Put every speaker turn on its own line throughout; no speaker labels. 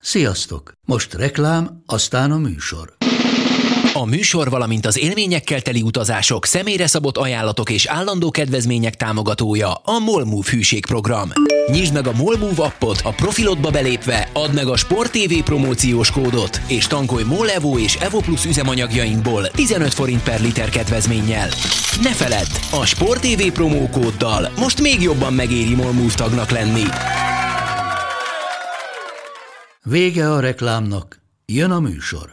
Sziasztok! Most reklám, aztán a műsor.
A műsor, valamint az élményekkel teli utazások, személyre szabott ajánlatok és állandó kedvezmények támogatója a MOL Move hűségprogram. Nyisd meg a MOL Move appot, a profilodba belépve add meg a Sport TV promóciós kódot, és tankolj MOL Evo és Evo Plus üzemanyagjainkból 15 forint per liter kedvezménnyel. Ne feledd, a Sport TV promókóddal most még jobban megéri MOL Move tagnak lenni.
Vége a reklámnak, jön a műsor.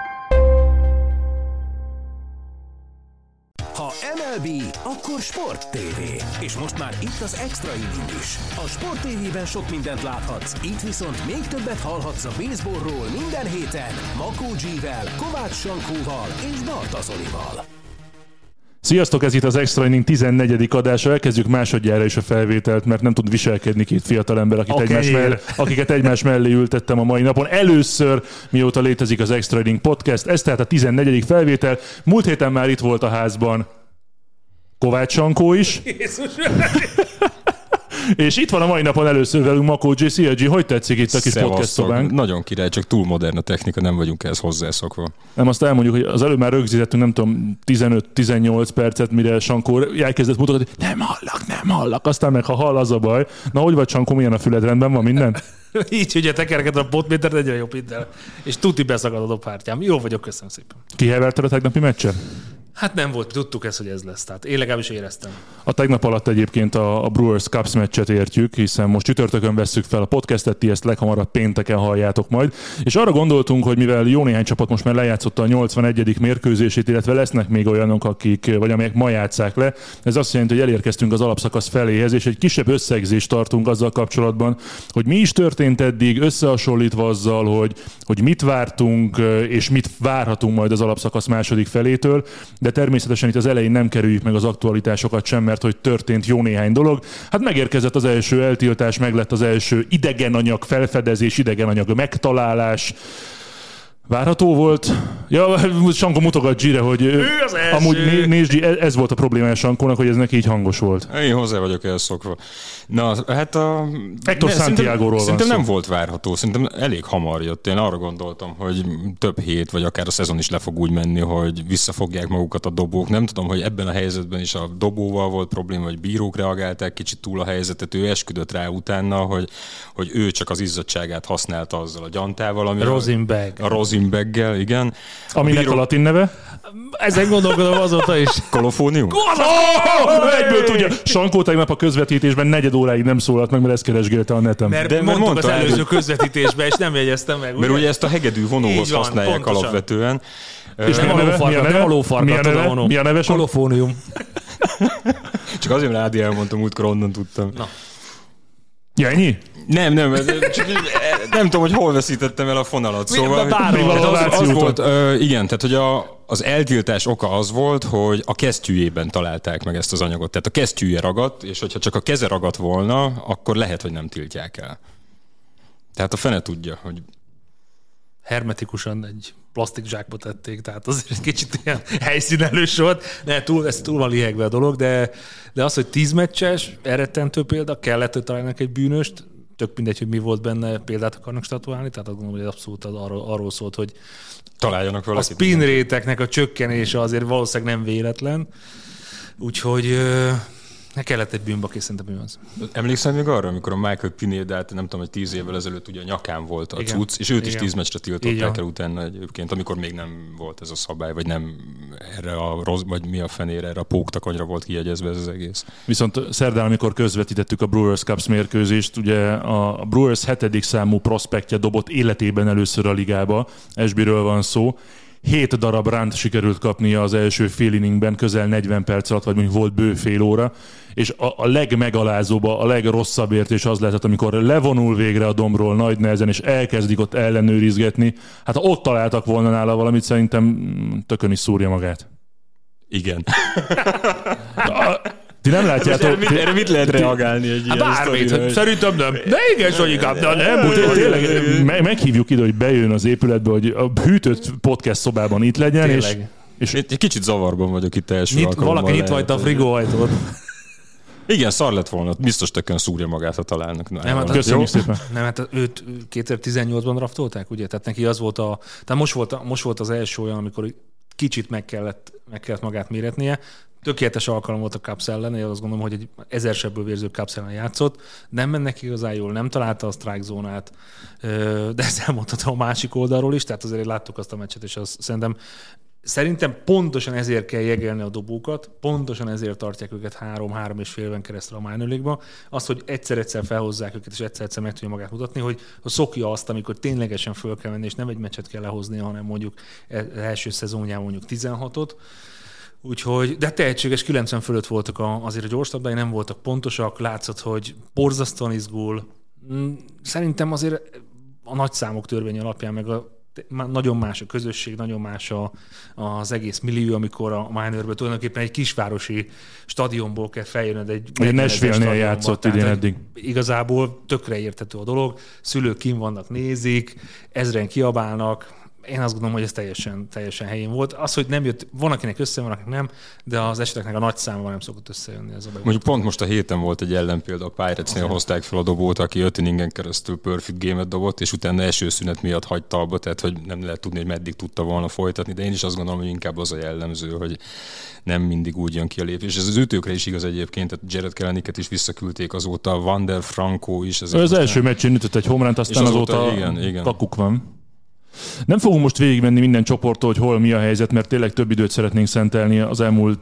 Ha MLB, akkor Sport TV. És most már itt az Extra Inning is. A Sport TV-ben sok mindent láthatsz, itt viszont még többet hallhatsz a baseballról minden héten Makó G-vel, Kovács Sankóval és Barta Zolival.
Sziasztok, ez itt az Extra Inning 14. adása. Elkezdjük másodjára is a felvételt, mert nem tud viselkedni két fiatalember, akiket egymás mellé ültettem a mai napon. Először, mióta létezik az Extra Inning podcast. Ez tehát a 14. felvétel. Múlt héten már itt volt a házban Kovács Sankó is.
Jézus!
És itt van a mai napon először velünk Makó G. Szia G, hogy tetszik itt a kis podcast szobánk?
Nagyon király, csak túl modern a technika, nem vagyunk ehhez hozzászokva.
Nem, azt elmondjuk, hogy az előbb már rögzítettünk, nem tudom, 15-18 percet, mire Sankó elkezdett mutatni, hogy nem hallak, aztán meg ha hall, az a baj. Na, hogy vagy Sankó, milyen a füled, rendben van minden?
Így, ugye tekereket a potmétert, egyre jobb minden. És tuti beszakad a dobhártyám. Jó vagyok, köszönöm szépen.
Kiheverted a tegnapi meccsen?
Hát nem volt, tudtuk ezt, hogy ez lesz. Tehát én legalábbis éreztem.
A tegnap alatt egyébként a Brewers Cubs meccset értjük, hiszen most csütörtökön vesszük fel a podcastet, ti ezt leghamarabb pénteken halljátok majd. És arra gondoltunk, hogy mivel jó néhány csapat most már lejátszotta a 81. mérkőzését, illetve lesznek még olyanok, amelyek ma játsszák le. Ez azt jelenti, hogy elérkeztünk az alapszakasz feléhez, és egy kisebb összegzést tartunk azzal kapcsolatban, hogy mi is történt eddig, összehasonlítva azzal, hogy mit vártunk, és mit várhatunk majd az alapszakasz második felétől. De természetesen itt az elején nem kerüljük meg az aktualitásokat sem, mert hogy történt jó néhány dolog. Hát megérkezett az első eltiltás, meg lett az első idegenanyag felfedezés, idegenanyag megtalálás. Várható volt? Ja, Sankó mutogat G-re, hogy amúgy nézd, ez volt a problémája Sankónak, hogy ez neki így hangos volt.
Én hozzá vagyok elszokva. Na, hát
Hector Santiago-ról van
Szerintem
szó.
nem volt várható, szerintem elég hamar jött. Én arra gondoltam, hogy több hét, vagy akár a szezon is le fog úgy menni, hogy visszafogják magukat a dobók. Nem tudom, hogy ebben a helyzetben is a dobóval volt probléma, vagy bírók reagálták kicsit túl a helyzetet. Ő esküdött rá utána, hogy ő csak az izzadtságát használta azzal a gyantával. Ami a Rosenberggel, igen.
Aminek a latin neve?
Ezen gondolkodom azóta is.
Kolofónium?
Egyből tudja. Sankó tegnap a közvetítésben 4 óráig nem szólalt meg, mert ezt keresgélte a neten.
Mert mondtuk az előző közvetítésben, és nem jegyeztem meg.
Mert ugye ezt a hegedű vonóhoz használják pontosan. Alapvetően.
És mi a neve?
Kolofónium.
Csak azért, mert Ádi elmondta múltkor, onnan tudtam.
Na.
Ja, ennyi?
Nem, csak nem tudom, hogy hol veszítettem el a fonalat. Szóval az volt, igen, tehát hogy az eltiltás oka az volt, hogy a kesztyűjében találták meg ezt az anyagot. Tehát a kesztyűje ragadt, és hogyha csak a keze ragadt volna, akkor lehet, hogy nem tiltják el. Tehát a fene tudja, hogy...
Hermetikusan egy plastik zsákba tették, tehát azért egy kicsit ilyen helyszínelős volt. Ez túl van lihegve a dolog, de az, hogy 10 meccses, elrettentő példa, kellett, hogy találnak egy bűnöst, tök mindegy, hogy mi volt benne, példát akarnak statuálni, tehát azt gondolom, hogy abszolút arról szólt, hogy
találjanak valakit.
A spin rate-eknek a csökkenése azért valószínűleg nem véletlen, úgyhogy... kellett egy bűnbaki, szerintem mi az.
Emlékszel még arra, amikor a Michael Pineda-t, nem tudom, hogy 10 évvel ezelőtt ugye a nyakán volt a cucc, és őt is 10 meccsre tiltották el utána egyébként, amikor még nem volt ez a szabály, vagy nem erre a rossz, vagy mi a fenére, erre a póktakonyra volt kijegyezve ez az egész.
Viszont szerdán, amikor közvetítettük a Brewers Cubs mérkőzést, ugye a Brewers 7. számú prospektje dobott életében először a ligába, Ashbyről van szó, 7 darab runt sikerült kapnia az első fél inningben, közel 40 perc alatt, vagy mondjuk volt bő fél óra, és a legmegalázóbb, a legrosszabb értés az lehetett, amikor levonul végre a dombról nagy nehezen, és elkezdik ott ellenőrizgetni. Hát ha ott találtak volna nála valamit, szerintem tökön is szúrja magát.
Igen.
Ti nem látjátok...
Erre mit lehet reagálni egy ilyen
bármit, szerintem nem. De igen, Sanyikám, de nem.
Tényleg meghívjuk ide, hogy bejön az épületbe, hogy a hűtött podcast szobában itt legyen, és
egy kicsit zavarban vagyok itt első alkalommal.
Valaki nyitva hagyta a frigóajtót.
Igen, szar lett volna. Biztos tökön szúrja magát, ha találnak.
Köszönjük szépen.
Nem, hát őt 2018-ban draftolták, ugye? Tehát neki az volt tehát most volt az első olyan, amikor kicsit meg kellett magát méretnie. Tökéletes alkalom volt a Cubs ellen, én azt gondolom, hogy egy 1000 sebből vérző Cubs ellen játszott. Nem mennek igazán jól, nem találta a strike zónát, de ezt elmondhatom a másik oldalról is, tehát azért láttuk azt a meccset, és szerintem pontosan ezért kell jegelni a dobókat, pontosan ezért tartják őket 3-3,5 éven keresztül a minor league-ba. Az, hogy egyszer-egyszer felhozzák őket, és egyszer-egyszer meg tudja magát mutatni, hogy szokja azt, amikor ténylegesen föl kell menni, és nem egy meccset kell lehozni, hanem mondjuk az első szezonján mondjuk 16-ot. Úgyhogy, de tehetséges, 90 fölött voltak azért a gyorslabdái, nem voltak pontosak, látszott, hogy borzasztóan izgul. Szerintem azért a nagyszámok törvény alapján, meg nagyon más a közösség, nagyon más az egész millió, amikor a minorból tulajdonképpen egy kisvárosi stadionból kell feljönnöd egy
Nashville-nél játszott idén eddig. Igazából
tökre érthető a dolog, szülők kint vannak, nézik, ezren kiabálnak. Én azt gondolom, hogy ez teljesen helyén volt. Az, hogy nem jött, van akinek össze, van akinek nem, de az eseteknek a nagy számban nem szokott összejönni. Ez a
mondjuk pont most a héten volt egy ellenpélda, a Pirates-nél hozták fel a dobót, aki 5 inningen keresztül perfect game-et dobott, és utána első szünet miatt hagyta abba, tehát hogy nem lehet tudni, hogy meddig tudta volna folytatni, de én is azt gondolom, hogy inkább az a jellemző, hogy nem mindig úgy jön ki a lépés. Ez az ütőkre is igaz egyébként, tehát Jared Kelleniket is visszaküldték azóta, Wander Franco is.
Az első meccsén ütött egy home runt, aztán azóta kakuk van. Nem fogunk most végigmenni minden csoporttól, hogy hol mi a helyzet, mert tényleg több időt szeretnénk szentelni az elmúlt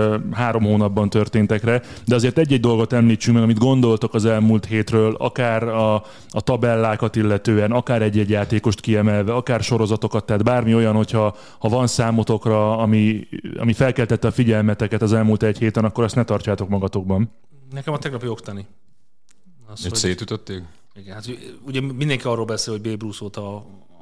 3 hónapban történtekre, de azért egy-egy dolgot említsünk meg, amit gondoltok az elmúlt hétről, akár a tabellákat illetően, akár egy-egy játékost kiemelve, akár sorozatokat, tehát bármi olyan, hogyha van számotokra, ami felkeltette a figyelmeteket az elmúlt egy héten, akkor azt ne tartsátok magatokban.
Nekem a tegnapi Ohtani.
Szétütötték?
Igen, hát ugye mindenki arról beszél, hogy Babe Ruth óta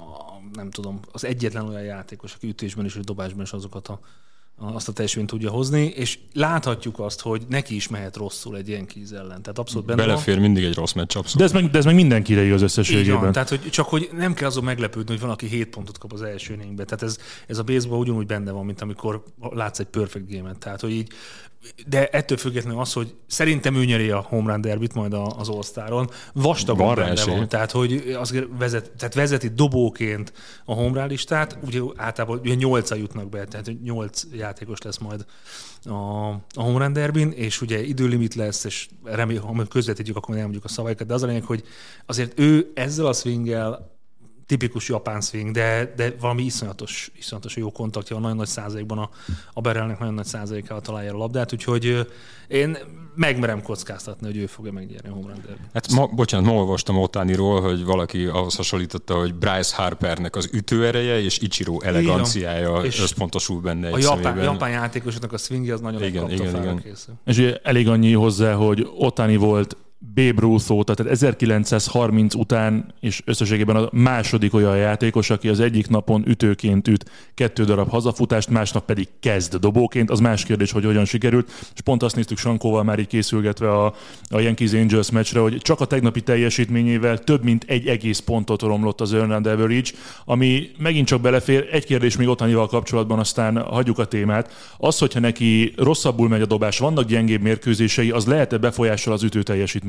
nem tudom, az egyetlen olyan játékos, aki ütésben és dobásban is azt a teljesítményt tudja hozni, és láthatjuk azt, hogy neki is mehet rosszul egy ilyen Keys ellen. Tehát abszolút benne
belefér mindig egy rossz meccs, abszolút.
De ez meg mindenkire igaz összességében.
Van, tehát hogy nem kell azon meglepődni, hogy van, aki 7 pontot kap az első inningbe. Tehát ez a baseball ugyanúgy benne van, mint amikor látsz egy perfect game-et. Tehát, hogy így, de ettől függetlenül az, hogy szerintem ő nyeri a home run derbyt majd az All-Staron. Vastagon benne van. Tehát, hogy azért vezeti dobóként a home run listát, ugye általában ugye 8-a jutnak be, tehát 8 játékos lesz majd a home run derbyn, és ugye időlimit lesz, és remélem, ha közvetítjük, akkor elmondjuk a szavaikat, de az a lényeg, hogy azért ő ezzel a swinggel tipikus japán swing, de valami iszonyatos jó kontaktja van, nagyon nagy százalékban a barrelnek nagyon nagy százalékával találja a labdát, úgyhogy én megmerem kockáztatni, hogy ő fogja megnyerni a home run derbyt.
Hát ma olvastam Ohtaniról, hogy valaki ahhoz hasonlította, hogy Bryce Harpernek az ütőereje és Ichiro eleganciája összpontosul benne egy szemében.
A japán játékosoknak a swingje az nagyon
igen.
Készül.
És ugye elég annyi hozzá, hogy Ohtani volt Babe Ruth óta, tehát 1930 után, és összességében a második olyan játékos, aki az egyik napon ütőként üt 2 darab hazafutást, másnap pedig kezd dobóként. Az más kérdés, hogy hogyan sikerült. És pont azt néztük Sankóval már így készülgetve a Yankees Angels meccsre, hogy csak a tegnapi teljesítményével több mint 1 egész pontot romlott az earned average, ami megint csak belefér. Egy kérdés még Ohtanival kapcsolatban, aztán hagyjuk a témát. Az, hogyha neki rosszabbul megy a dobás, vannak gyengébb mérkőzései, az lehet-e befolyással az ütő teljesítményére?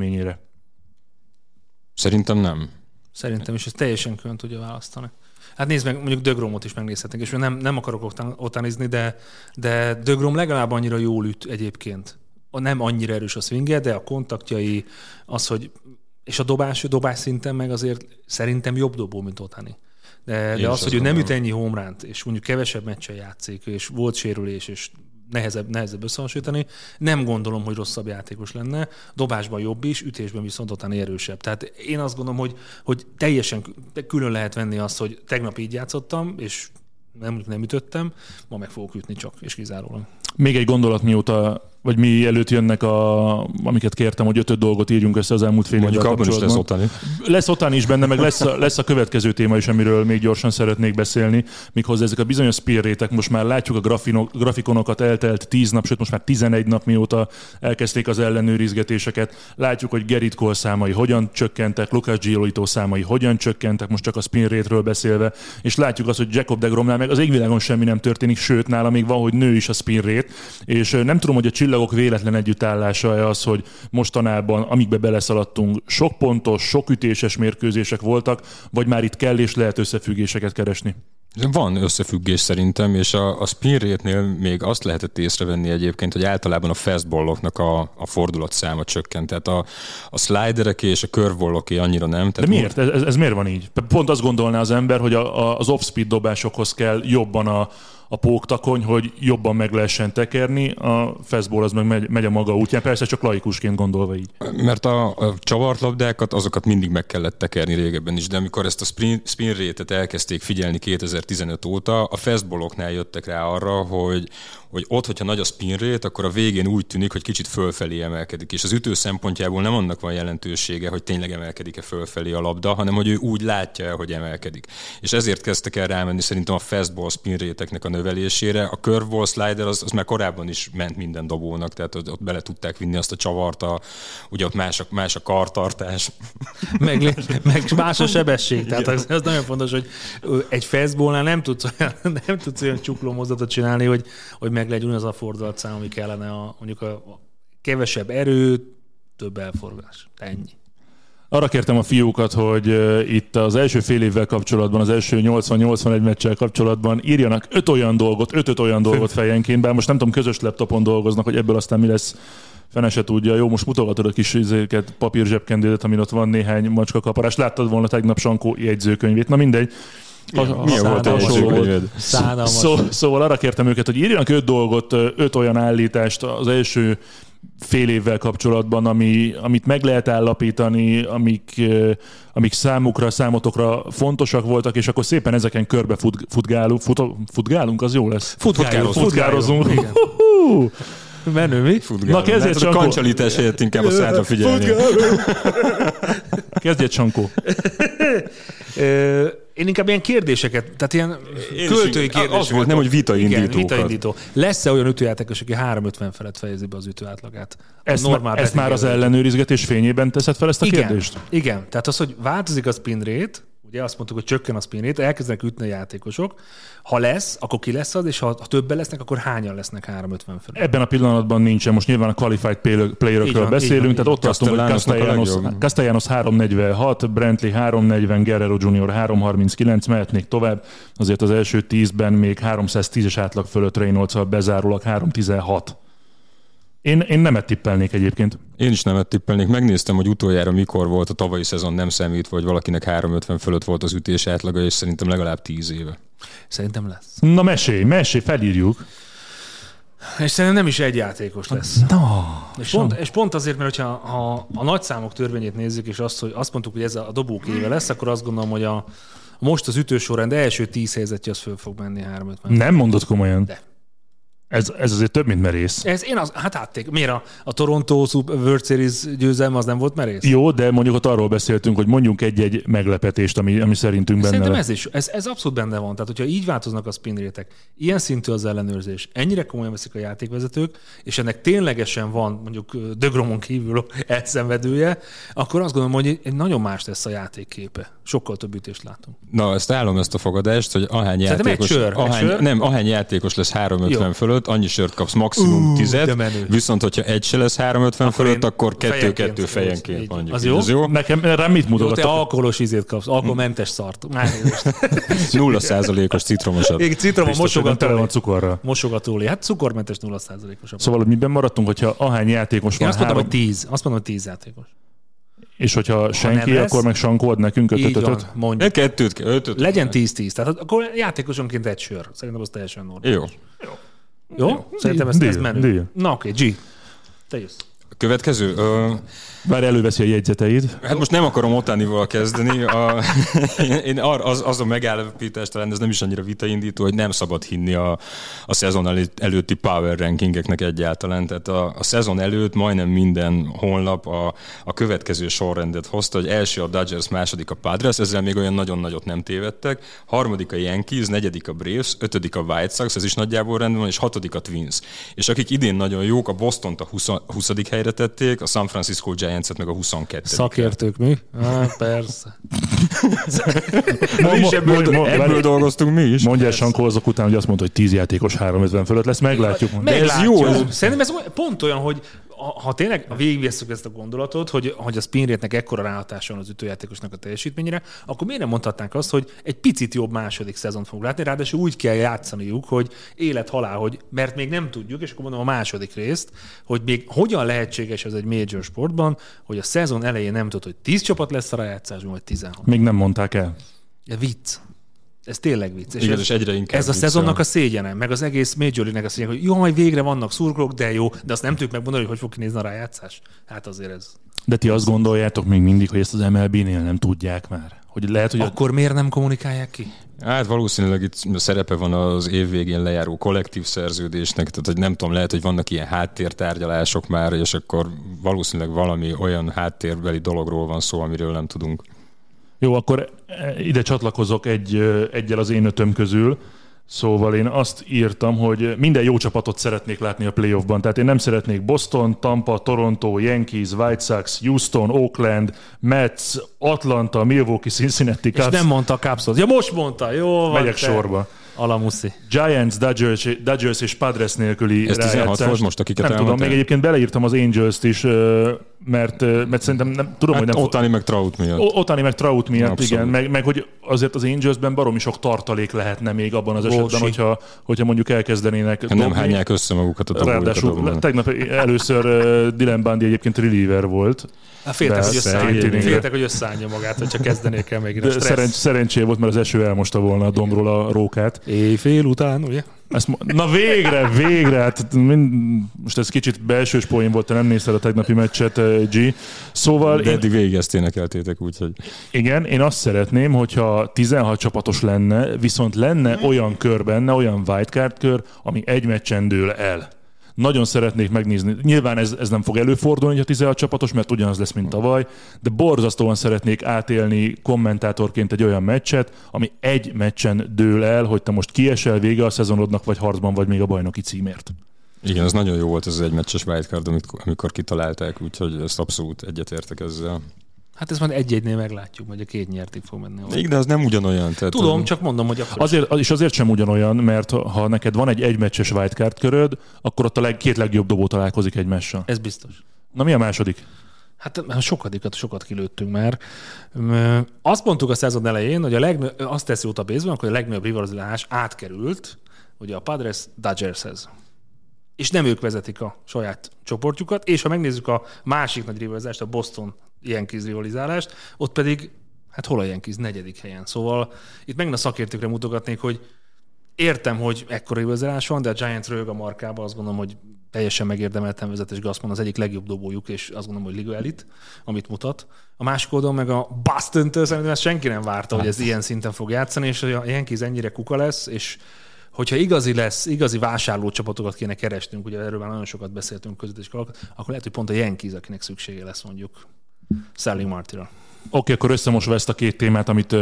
Szerintem nem.
Szerintem is, ez teljesen külön tudja választani. Hát nézd meg, mondjuk DeGromot is megnézhetünk, és nem akarok otanizni, de DeGrom legalább annyira jól üt egyébként. Nem annyira erős a swingje, de a kontaktjai, az, hogy és a dobás szinten meg azért szerintem jobb dobó, mint Ohtani. De az, hogy ő nem üt ennyi home runt, és mondjuk kevesebb meccsen játszik, és volt sérülés, és nehezebb összehasonlítani. Nem gondolom, hogy rosszabb játékos lenne. Dobásban jobb is, ütésben viszont Ohtani erősebb. Tehát én azt gondolom, hogy teljesen külön lehet venni azt, hogy tegnap így játszottam, és nem ütöttem, ma meg fogok ütni csak, és kizárólag.
Még egy gondolat vagy mi előtt jönnek, amiket kértem, hogy 5 dolgot írjunk össze az elmúlt fél évvel kapcsolatban.
Mondjuk abban is lesz Ohtani.
Lesz Ohtani is benne, meg lesz a következő téma is, amiről még gyorsan szeretnék beszélni. Méghozzá ezek a bizonyos spin rate-ek, most már látjuk a grafikonokat, eltelt 10 nap, sőt most már 11 nap mióta elkezdték az ellenőrizgetéseket. Látjuk, hogy Gerrit Cole számai hogyan csökkentek, Lucas Giolito számai hogyan csökkentek, most csak a spin rate-ről beszélve, és látjuk azt, hogy Jacob deGromnál meg az égvilágon semmi nem történik, sőt nála még van, hogy nő is a spin rate, és nem tudom, hogy a csillagok véletlen együttállása az, hogy mostanában, amikbe beleszaladtunk, sok pontos, sok ütéses mérkőzések voltak, vagy már itt kell és lehet összefüggéseket keresni?
Van összefüggés szerintem, és a spin rate-nél még azt lehetett észrevenni egyébként, hogy általában a fastballoknak a fordulatszáma csökkent. Tehát a sliderek és a curveballoké annyira nem.
De miért? Ez miért van így? Pont azt gondolná az ember, hogy az off-speed dobásokhoz kell jobban a póktakony, hogy jobban meg lehessen tekerni, a fastball az meg megy a maga útján, persze csak laikusként gondolva így.
Mert a csavart labdákat, azokat mindig meg kellett tekerni régebben is, de amikor ezt a spin rate-et elkezdték figyelni 2015 óta, a fastballoknál jöttek rá arra, hogy ott, hogyha nagy a spin rate, akkor a végén úgy tűnik, hogy kicsit fölfelé emelkedik, és az ütő szempontjából nem annak van jelentősége, hogy tényleg emelkedik-e fölfelé a labda, hanem hogy ő úgy látja, hogy emelkedik. És ezért kezdtek el rámenni szerintem a fastball spin rate-eknek a növelésére. A curveball slider az már korábban is ment minden dobónak, tehát ott bele tudták vinni azt a csavart, ugye ott más a kartartás.
Meg más a sebesség. Tehát az nagyon fontos, hogy egy fastballnál nem tudsz olyan csukló mozdatot csinálni, hogy meg legyen az a fordulatszám, ami kellene mondjuk a kevesebb erő, több elforgás. Ennyi.
Arra kértem a fiúkat, hogy itt az első fél évvel kapcsolatban, az első 80-81 meccsel kapcsolatban írjanak 5 olyan dolgot fejenként, bár most nem tudom, közös laptopon dolgoznak, hogy ebből aztán mi lesz, fene se tudja. Jó, most mutogatod a kis papírzsebkendődet, amin ott van néhány macska kaparás. Láttad volna tegnap Sankó jegyzőkönyvét, na mindegy.
Milyen volt a jegyzőkönyved?
Szóval arra kértem őket, hogy írjanak 5 dolgot, 5 olyan állítást az első fél évvel kapcsolatban, amit meg lehet állapítani, amik számotokra fontosak voltak, és akkor szépen ezeken körbe futgálunk, az jó lesz. Futgározunk.
Menő, mi?
Na kezdjét, Sankó.
A kancsalitás helyett inkább a szára figyelni.
Kezdjét, Sankó.
Én inkább ilyen kérdéseket, tehát ilyen költői kérdéseket.
Az volt, nem, hogy vitaindítókat.
Igen, vitaindító. Lesz-e olyan ütőjátékos, aki 350 felett fejezi be az ütőátlagát?
Ezt már az ellenőrizgetés fényében teszed fel ezt a kérdést?
Igen, tehát az, hogy változik a spin rate, ugye azt mondtuk, hogy csökken a spin rate, elkezdenek ütni a játékosok. Ha lesz, akkor ki lesz az, és ha többen lesznek, akkor hányan lesznek 350 felett?
Ebben a pillanatban nincsen. Most nyilván a qualified playerekről beszélünk, tehát ott tartunk, hogy Castellanos 346, Brantley 340, Guerrero Jr. 339, mehetnék tovább. Azért az első 10-ben még 310-es átlag fölött Reynolds-al bezárólag 316. Én nemet tippelnék egyébként.
Én is nemet tippelnék. Megnéztem, hogy utoljára mikor volt a tavalyi szezon, nem számítva, hogy valakinek 350 fölött volt az ütés átlaga, és szerintem legalább 10 éve.
Szerintem lesz.
Na mesélj, felírjuk.
És szerintem nem is egy játékos lesz. És pont azért, mert hogyha a nagyszámok törvényét nézzük, és azt mondtuk, hogy ez a dobók éve lesz, akkor azt gondolom, hogy most az ütősorrend első 10 helyzetje az föl fog menni 350.
Nem mondod komolyan?
De.
Ez azért több, mint merész.
Miért a Toronto World Series győzelme az nem volt merész?
Jó, de mondjuk ott arról beszéltünk, hogy mondjunk egy meglepetést, ami szerintünk benne.
Szerintem ez abszolút benne van. Tehát, hogyha így változnak a spin rate-ek, ilyen szintű az ellenőrzés, ennyire komolyan veszik a játékvezetők, és ennek ténylegesen van mondjuk DeGromon kívül elszenvedője, akkor azt gondolom, hogy egy nagyon más lesz a játékképe. Sokkal több ütést látunk.
Na, ezt állom ezt a fogadást, hogy ahány játékos lesz 350 fölött, annyi sört kapsz, maximum 10, viszont hogyha egy se lesz 350 fölött, akkor 2-2 fejenként mondjuk.
Az jó?
Az jó?
Nekem rám mit mutogatok?
Te alkoholos ízét kapsz, alkoholmentes szart.
0%-os citromosat.
Citromos
cukorra.
Mosogatólé. Hát cukormentes 0%-os.
Szóval, hogy miben maradtunk, hogyha ahány játékos van?
Én azt mondom, hogy 10 játékos.
És hogyha senki, akkor meg Sankó ad nekünk 5-5-5?
Mondjuk.
2-5.
Legyen 10-10. Tehát akkor játékosonként egy sör. Szerintem az teljesen normális. Jó? Szerintem ez menő. Na oké, G. Te jössz.
Következő?
Bár előveszi a jegyzeteid.
Hát most nem akarom Ohtanival kezdeni. Én az a megállapítás, talán ez nem is annyira vitaindító, hogy nem szabad hinni a szezon előtti power rankingeknek egyáltalán. Tehát a szezon előtt majdnem minden honlap a következő sorrendet hozta, hogy első a Dodgers, második a Padres, ezzel még olyan nagyon nagyot nem tévedtek. Harmadik a Yankees, negyedik a Braves, ötödik a White Sox, ez is nagyjából rendben van, és hatodik a Twins. És akik idén nagyon jók, a Bostont a 20. helyre tették, a San Francisco Giants-et meg a 22.
Szakértők mi? Persze.
Ebből dolgoztunk mi is.
Mondja Sankó azok után, hogy azt mondta, hogy 10 játékos 350 fölött lesz, meglátjuk.
De ez jó. Szerintem ez pont olyan, hogy ha tényleg végigvesszük ezt a gondolatot, hogy a spin rate-nek ekkora ráhatása van az ütőjátékosnak a teljesítményére, akkor miért nem mondhatnánk azt, hogy egy picit jobb második szezont fogunk látni, ráadásul úgy kell játszaniuk, hogy élet-halál, hogy, mert még nem tudjuk, és akkor mondom a második részt, hogy még hogyan lehetséges ez egy major sportban, hogy a szezon elején nem tudod, hogy 10 csapat lesz a rájátszásban, vagy 16.
Még nem mondták el.
De vicc. Ez tényleg vicc.
Igen, és egyre inkább
ez a szezonnak a szégyene, meg az egész Major League-nek a szégyene, hogy jó, végre vannak szurkolók, de jó, de azt nem tudjuk megmondani, hogy fog kinézni a rájátszás. Hát azért ez.
De ti azt gondoljátok még mindig, hogy ezt az MLB-nél nem tudják már? Hogy lehet, hogy
akkor miért nem kommunikálják ki?
Hát valószínűleg itt szerepe van az év végén lejáró kollektív szerződésnek, tehát hogy nem tudom, lehet, hogy vannak ilyen háttértárgyalások már, és akkor valószínűleg valami olyan háttérbeli dologról van szó, amiről nem tudunk.
Jó, akkor ide csatlakozok egyel az én ötöm közül. Szóval én azt írtam, hogy minden jó csapatot szeretnék látni a playoffban. Tehát én nem szeretnék Boston, Tampa, Toronto, Yankees, White Sox, Houston, Oakland, Mets, Atlanta, Milwaukee, Cincinnati, Cubs.
És nem mondta a Cubsot. Ja, most mondta. Jó van.
Megyek sorba.
Alamuszi.
Giants, Dodgers és Padres nélküli
ez 16 volt most, akiket
nem tudom, még egyébként beleírtam az Angels-t is, mert szerintem nem tudom,
hát
hogy nem...
Otani meg Trout miatt.
Otani meg Trout miatt, abszolút. Igen. Meg hogy azért az Angelsben baromi sok tartalék lehetne még abban az esetben, hogyha mondjuk elkezdenének...
Nem hányják össze magukat a dobókat.
Ráadásul tegnap először Dylan Bundy egyébként reliever volt.
Féltek, hogy összeállja magát, hogyha kezdenék el még a
szerencsé volt, mert az eső elmosta volna a dombról a rókát.
Éjfél után, ugye?
Na végre! Hát most ez kicsit belsős poén volt, te nem nézted a tegnapi meccset, G. Szóval
de eddig végig ezt énekeltétek, úgyhogy...
Igen, én azt szeretném, hogyha 16 csapatos lenne, viszont lenne olyan kör benne, olyan wildcard kör, ami egy meccsen dől el. Nagyon szeretnék megnézni. Nyilván ez nem fog előfordulni, hogy a 16 csapatos, mert ugyanaz lesz, mint tavaly, de borzasztóan szeretnék átélni kommentátorként egy olyan meccset, ami egy meccsen dől el, hogy te most kiesel, vége a szezonodnak, vagy harcban vagy még a bajnoki címért.
Igen, ez nagyon jó volt ez az egymeccses wildcard, amikor kitalálták, úgyhogy ezt abszolút egyetértek ezzel.
Hát ezt majd egy-egynél meglátjuk, vagy a két nyertig fog menni.
Igen, de az nem ugyanolyan. Tehát
tudom, csak mondom, hogy akkor
azért sem ugyanolyan, mert ha neked van egy egymeccses wildcard köröd, akkor ott a két legjobb dobó találkozik egymással.
Ez biztos.
Na mi a második?
Hát sokat kilőttünk már. Azt mondtuk a szezon elején, hogy azt teszi jót a baseball, hogy a legnagyobb rivalizálás átkerült ugye a Padres Dodgershez. És nem ők vezetik a saját csoportjukat, és ha megnézzük a másik nagy rivalizálást, a Boston Yankees rivalizálást, ott pedig, hát hol a Yankees 4. helyen. Szóval itt megint a szakértőkre mutogatnék, hogy értem, hogy ekkora rivalizálás van, de a Giants röhög a markába, azt gondolom, hogy teljesen megérdemelten vezet, és Gassman az egyik legjobb dobójuk, és azt gondolom, hogy liga elit, amit mutat. A másik oldalon meg a Boston-től szerintem ezt senki nem várta, hogy ez ilyen szinten fog játszani, és a Yankees ennyire kuka lesz, és hogyha igazi vásárlócsapatokat kéne keresnünk, ugye erről már nagyon sokat beszéltünk között, akkor lehet, hogy pont a Yankees, akinek szüksége lesz mondjuk Starling Martira.
Oké, akkor összemosva ezt a két témát, amit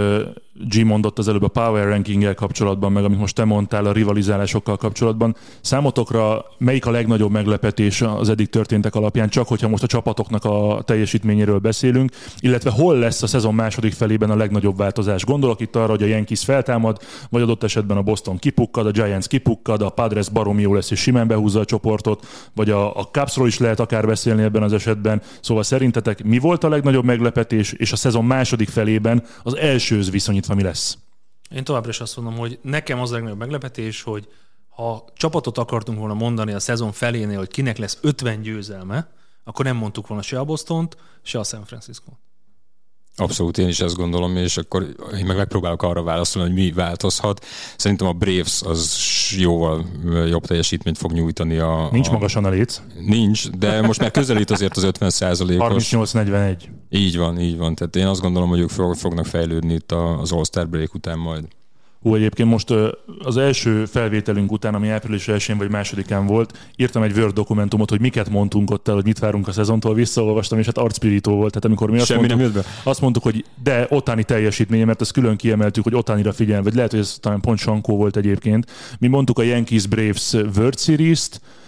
G mondott az előbb a power ranking-el kapcsolatban, meg amit most te mondtál a rivalizálásokkal kapcsolatban. Számotokra melyik a legnagyobb meglepetés az eddig történtek alapján, csak hogyha most a csapatoknak a teljesítményéről beszélünk, illetve hol lesz a szezon második felében a legnagyobb változás? Gondolok itt arra, hogy a Yankees feltámad, vagy adott esetben a Boston kipukkad, a Giants kipukkad, a Padres baromi jó lesz és simán behúzza a csoportot, vagy a Cubsról is lehet akár beszélni ebben az esetben. Szóval szerintetek mi volt a legnagyobb meglepetés, és a szezon második felében az elsőhöz viszonyítva mi lesz?
Én továbbra is azt mondom, hogy nekem az a legnagyobb meglepetés, hogy ha csapatot akartunk volna mondani a szezon felénél, hogy kinek lesz 50 győzelme, akkor nem mondtuk volna se a Bostont, se a San Francisco-t.
Abszolút, én is ezt gondolom, és akkor én meg megpróbálok arra válaszolni, hogy mi változhat. Szerintem a Braves az jóval jobb teljesítményt fog nyújtani.
Nincs magasan a léc.
Nincs, de most már közelít azért az 50%-os.
38-41.
Így van. Tehát én azt gondolom, hogy ők fognak fejlődni itt az All-Star break után majd.
Egyébként most az első felvételünk után, ami április 1-én vagy 2-án volt, írtam egy Word dokumentumot, hogy miket mondtunk ott el, hogy mit várunk a szezontól, visszaolvastam, és hát arcpirító volt. Tehát amikor mi azt mondtuk, hogy de Otani teljesítménye, mert ezt külön kiemeltük, hogy Otanira figyel, vagy lehet, hogy ez talán pont Sankó volt egyébként. Mi mondtuk a Yankees Braves World Series-t,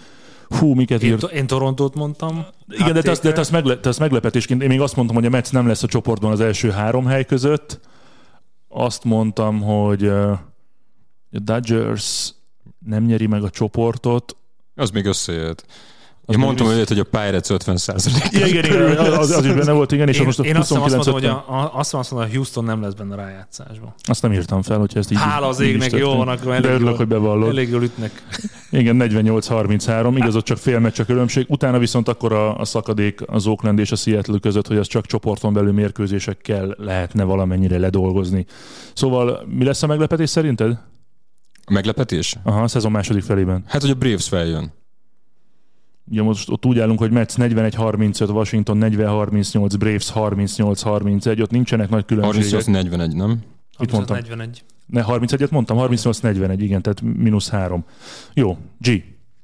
Hú, miket írt?
Én Torontót mondtam.
Igen, de te azt meglepetésként, én még azt mondtam, hogy a Mets nem lesz a csoportban az első 3 hely között. Azt mondtam, hogy a Dodgers nem nyeri meg a csoportot.
Az még összejött. Én mondtam, hogy a Pirates 50%.
Igen, az is benne volt, igen, és most a 29-50.
Azt mondom, hogy a Houston nem lesz benne a rájátszásban.
Azt nem írtam fel, hogyha ezt így.
Hála az égnek, jó van, akkor
de örülök, hogy bevallod.
Elég jól ütnek.
Igen, 48-33, igaz, ott csak fél meccs a különbség. Utána viszont akkor a szakadék az Oakland és a Seattle között, hogy az csak csoporton belül mérkőzésekkel lehetne valamennyire ledolgozni. Szóval mi lesz a meglepetés szerinted?
A meglepetés?
Aha, a szezon második felében.
Hát, hogy a Braves feljön.
Ugye most ott úgy állunk, hogy Mets 41-35, Washington 40-38, Braves 38-31, ott nincsenek nagy különbségek.
38-41, nem?
Itt mondtam.
41.
Ne, 31-et mondtam, 38-41, igen, tehát -3. Jó, G.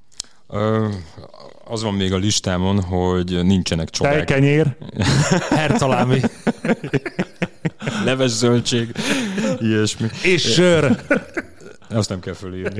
Az van még a listámon, hogy nincsenek csodák.
Tejkenyér.
Hercalámi.
Leves zöldség. Ilyesmi.
És sör.
Azt nem kell fölírni.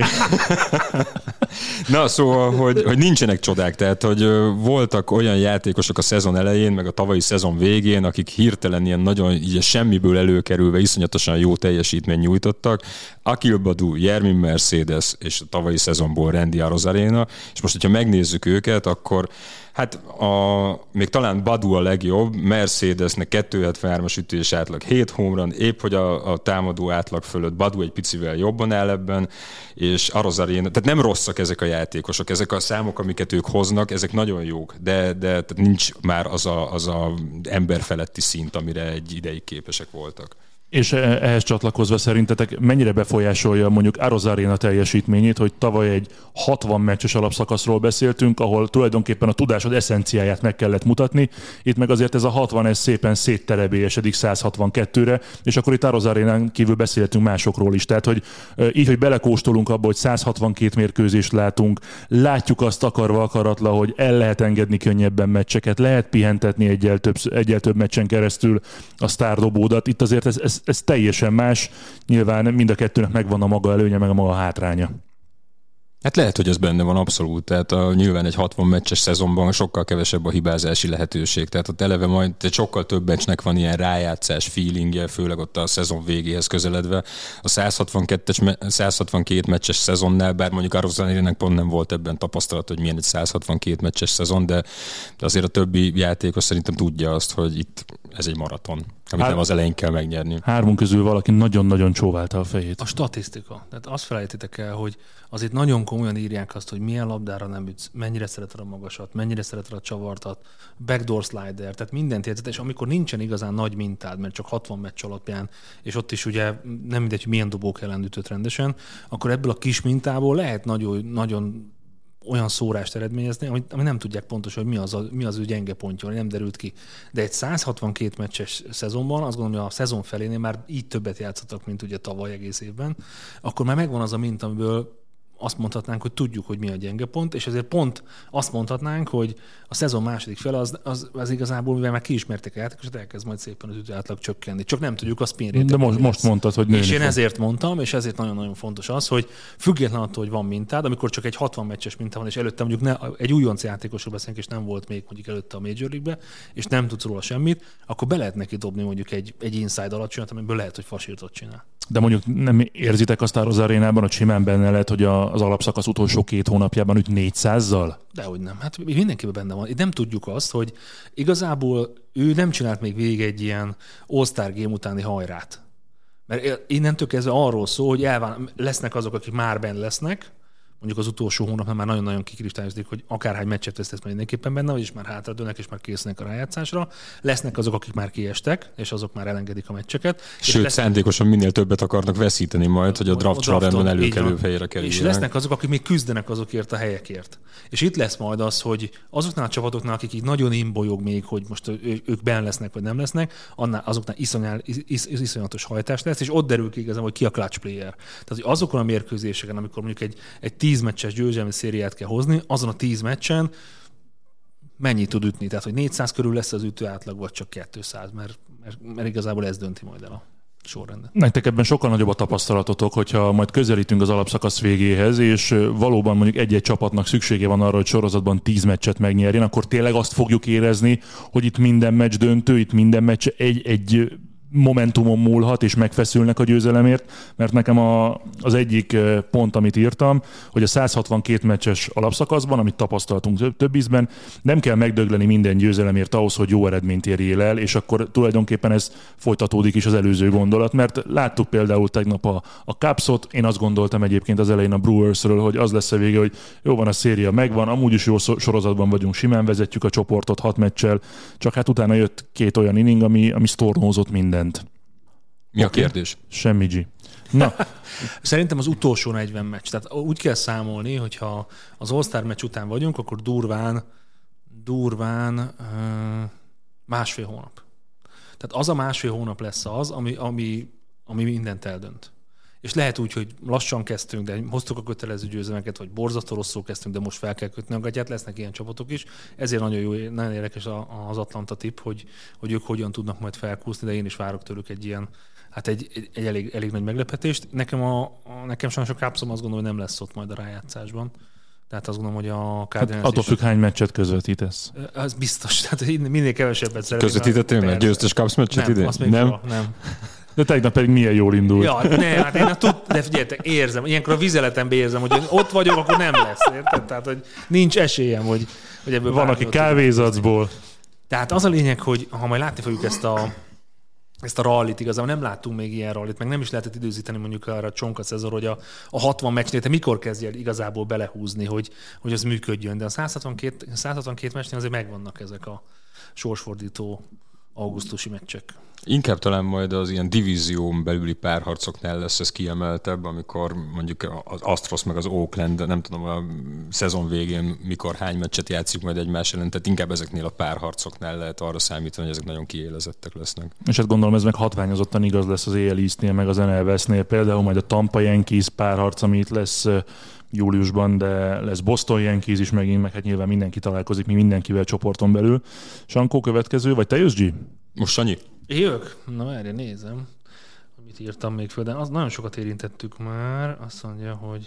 Na, szóval, hogy nincsenek csodák, tehát, hogy voltak olyan játékosok a szezon elején, meg a tavalyi szezon végén, akik hirtelen ilyen nagyon így semmiből előkerülve iszonyatosan jó teljesítményt nyújtottak. Akil Baddoo, Yermin Mercedes és a tavalyi szezonból Randy Arozarena, és most, hogyha megnézzük őket, akkor hát még talán Baddoo a legjobb, Mercedesnek 273-as ütés átlag, 7 home run, épp hogy a támadó átlag fölött Baddoo egy picivel jobban áll ebben, és Arozarena, tehát nem rosszak ezek a játékosok, ezek a számok, amiket ők hoznak, ezek nagyon jók, de tehát nincs már az a emberfeletti szint, amire egy ideig képesek voltak.
És ehhez csatlakozva szerintetek mennyire befolyásolja mondjuk Arozarena teljesítményét, hogy tavaly egy 60 meccses alapszakaszról beszéltünk, ahol tulajdonképpen a tudásod eszenciáját meg kellett mutatni, itt meg azért ez a 60 ez szépen szétterebélyesedik 162-re, és akkor itt Arozarenán kívül beszéltünk másokról is. Tehát, hogy így, hogy belekóstolunk abba, hogy 162 mérkőzést látjuk azt akarva akaratla, hogy el lehet engedni könnyebben meccseket, lehet pihentetni egyel több meccsen keresztül a sztárdobódat. Itt azért ez teljesen más. Nyilván mind a kettőnek megvan a maga előnye, meg a maga hátránya.
Hát lehet, hogy ez benne van abszolút. Tehát nyilván egy 60 meccses szezonban sokkal kevesebb a hibázási lehetőség. Tehát ott eleve majd sokkal több meccsnek van ilyen rájátszás feelingje, főleg ott a szezon végéhez közeledve. A 162 meccses szezonnál, bár mondjuk Arozarének pont nem volt ebben tapasztalat, hogy milyen egy 162 meccses szezon, de azért a többi játékos szerintem tudja azt, hogy itt ez egy maraton, amit nem az elején kell megnyerni. 3
közül valaki nagyon-nagyon csóválta a fejét.
A statisztika. Tehát azt felejtitek el, hogy azért nagyon komolyan írják azt, hogy milyen labdára nem ütsz, mennyire szereted a magasat, mennyire szereted a csavartat, backdoor slider, tehát mindent érzed, és amikor nincsen igazán nagy mintád, mert csak 60 meccs alapján, és ott is ugye nem mindegy, hogy milyen dobók ellen ütött rendesen, akkor ebből a kis mintából lehet nagyon olyan szórást eredményezni, ami nem tudják pontosan, hogy mi az ő gyenge pontja, nem derült ki. De egy 162 meccses szezonban, azt gondolom, hogy a szezon felénél már így többet játszottak, mint ugye tavaly egész évben, akkor már megvan az a minta, amiből azt mondhatnánk, hogy tudjuk, hogy mi a gyenge pont, és ezért pont azt mondhatnánk, hogy a szezon második fele az igazából, mivel már kiismerték a játékosat, elkezd majd szépen az ütőátlag csökkenni. Csak nem tudjuk a spin rate.
De most mondtad, hogy nőni
és én
fog.
ezért mondtam, és ezért nagyon-nagyon fontos az, hogy független attól, hogy van mintád, amikor csak egy 60 meccses minta van, és előtte mondjuk egy újonc játékosról beszélünk, és nem volt még mondjuk előtte a Major League-be, és nem tudsz róla semmit, akkor be lehet neki dobni mondjuk egy inside alatt, amiből lehet, hogy fasírtot csinál.
De mondjuk nem érzitek azt Arozarénában, hogy simán benne lehet, hogy az alapszakasz utolsó 2 hónapjában üt 400-zal?
Dehogy nem. Hát mindenkiben benne van. Itt nem tudjuk azt, hogy igazából ő nem csinált még végig egy ilyen All-Star Game utáni hajrát. Mert innentől kezdve arról szól, hogy lesznek azok, akik már benn lesznek, mondjuk az utolsó hónapban már nagyon-nagyon kikristályozódik, hogy akárhány meccset vesztesz már mindenképpen benne, vagyis már hátradőlnek, és már készülnek a rájátszásra. Lesznek azok, akik már kiestek, és azok már elengedik a meccseket.
Sőt, szándékosan minél többet akarnak veszíteni majd, hogy a draft sorrendben előkelőbb helyre kerüljenek.
És lesznek azok, akik még küzdenek azokért a helyekért. És itt lesz majd az, hogy azoknál a csapatoknál, akik így nagyon imbolyog még, hogy most ők benn lesznek, vagy nem lesznek, azoknál iszonyatos hajtás lesz, és ott derül ki igazán, hogy ki a clutch player. Tehát, hogy azokon a mérkőzéseken, amikor mondjuk egy 10 meccses győzelmi szériát kell hozni, azon a 10 meccsen mennyit tud ütni? Tehát, hogy 400 körül lesz az ütő átlag, vagy csak 200, mert igazából ez dönti majd el sorrendet.
Nektek ebben sokkal nagyobb a tapasztalatotok, hogyha majd közelítünk az alapszakasz végéhez, és valóban mondjuk egy-egy csapatnak szüksége van arra, hogy sorozatban 10 meccset megnyerjen, akkor tényleg azt fogjuk érezni, hogy itt minden meccs döntő, itt minden meccs egy momentumon múlhat, és megfeszülnek a győzelemért, mert nekem az egyik pont, amit írtam, hogy a 162 meccses alapszakaszban, amit tapasztaltunk több ízben, nem kell megdögleni minden győzelemért ahhoz, hogy jó eredményt érjél el, és akkor tulajdonképpen ez folytatódik is az előző gondolat, mert láttuk például tegnap a Cubsot, én azt gondoltam egyébként az elején a Brewersről, hogy az lesz a vége, hogy jó van, a széria megvan, amúgy is jó sorozatban vagyunk, simán vezetjük a csoportot 6 meccsel, csak hát utána jött 2 olyan inning, ami sztornózott mindent.
Mi a kérdés?
Semmi G. Na.
Szerintem az utolsó 40 meccs. Tehát úgy kell számolni, hogyha az All-Star meccs után vagyunk, akkor durván másfél hónap. Tehát az a másfél hónap lesz az, ami mindent eldönt. És lehet úgy, hogy lassan kezdtünk, de hoztuk a kötelező győzelmeket, vagy borzasztó rosszul kezdtünk, de most fel kell kötni a gatyát, lesznek ilyen csapatok is. Ezért nagyon érdekes az Atlanta tipp, hogy ők hogyan tudnak majd felkúszni, de én is várok tőlük egy ilyen, hát egy elég nagy meglepetést. Nekem sajnos a Cubsom azt gondolom, hogy nem lesz ott majd a rájátszásban. Tehát azt gondolom, hogy a Cardinals
attól függ, hány meccset közvetítesz.
Az biztos. Tehát minél kevesebbet szeretném.
Közvetítettél meg győztes Cubs meccset idén?
Nem.
De tegnap pedig milyen jól indult.
Ja, hát én de figyeljetek, érzem, ilyenkor a vizeletemben érzem, hogy ott vagyok, akkor nem lesz, érted? Tehát, hogy nincs esélyem, hogy ebből
van, aki kávézacból.
Tehát az a lényeg, hogy ha majd látni fogjuk ezt a rallit, igazából nem láttunk még ilyen rallit, meg nem is lehetett időzíteni mondjuk arra a csonka szezon, hogy a 60 meccsnél te mikor kezdjél igazából belehúzni, hogy az működjön. De a 162 meccsnél azért megvannak ezek a sorsfordító augusztusi meccsek.
Inkább talán majd az ilyen divízión belüli párharcoknál lesz ez kiemeltebb, amikor mondjuk az Astros meg az Oakland, nem tudom, a szezon végén mikor hány meccset játszik majd egymás ellen, tehát inkább ezeknél a párharcoknál lehet arra számítani, hogy ezek nagyon kiélezettek lesznek. És
hát gondolom ez meg hatványozottan igaz lesz az AL East-nél, meg az NL West-nél, például majd a Tampa Yankees párharc, ami itt lesz júliusban, de lesz Boston Yankees is megint, meg hát nyilván mindenki találkozik, mi mindenkivel csoporton belül. Sankó következő, vagy te jössz, G?
Most Sanyi?
Jövök? Na várj, nézem, amit írtam még föl, de az nagyon sokat érintettük már. Azt mondja, hogy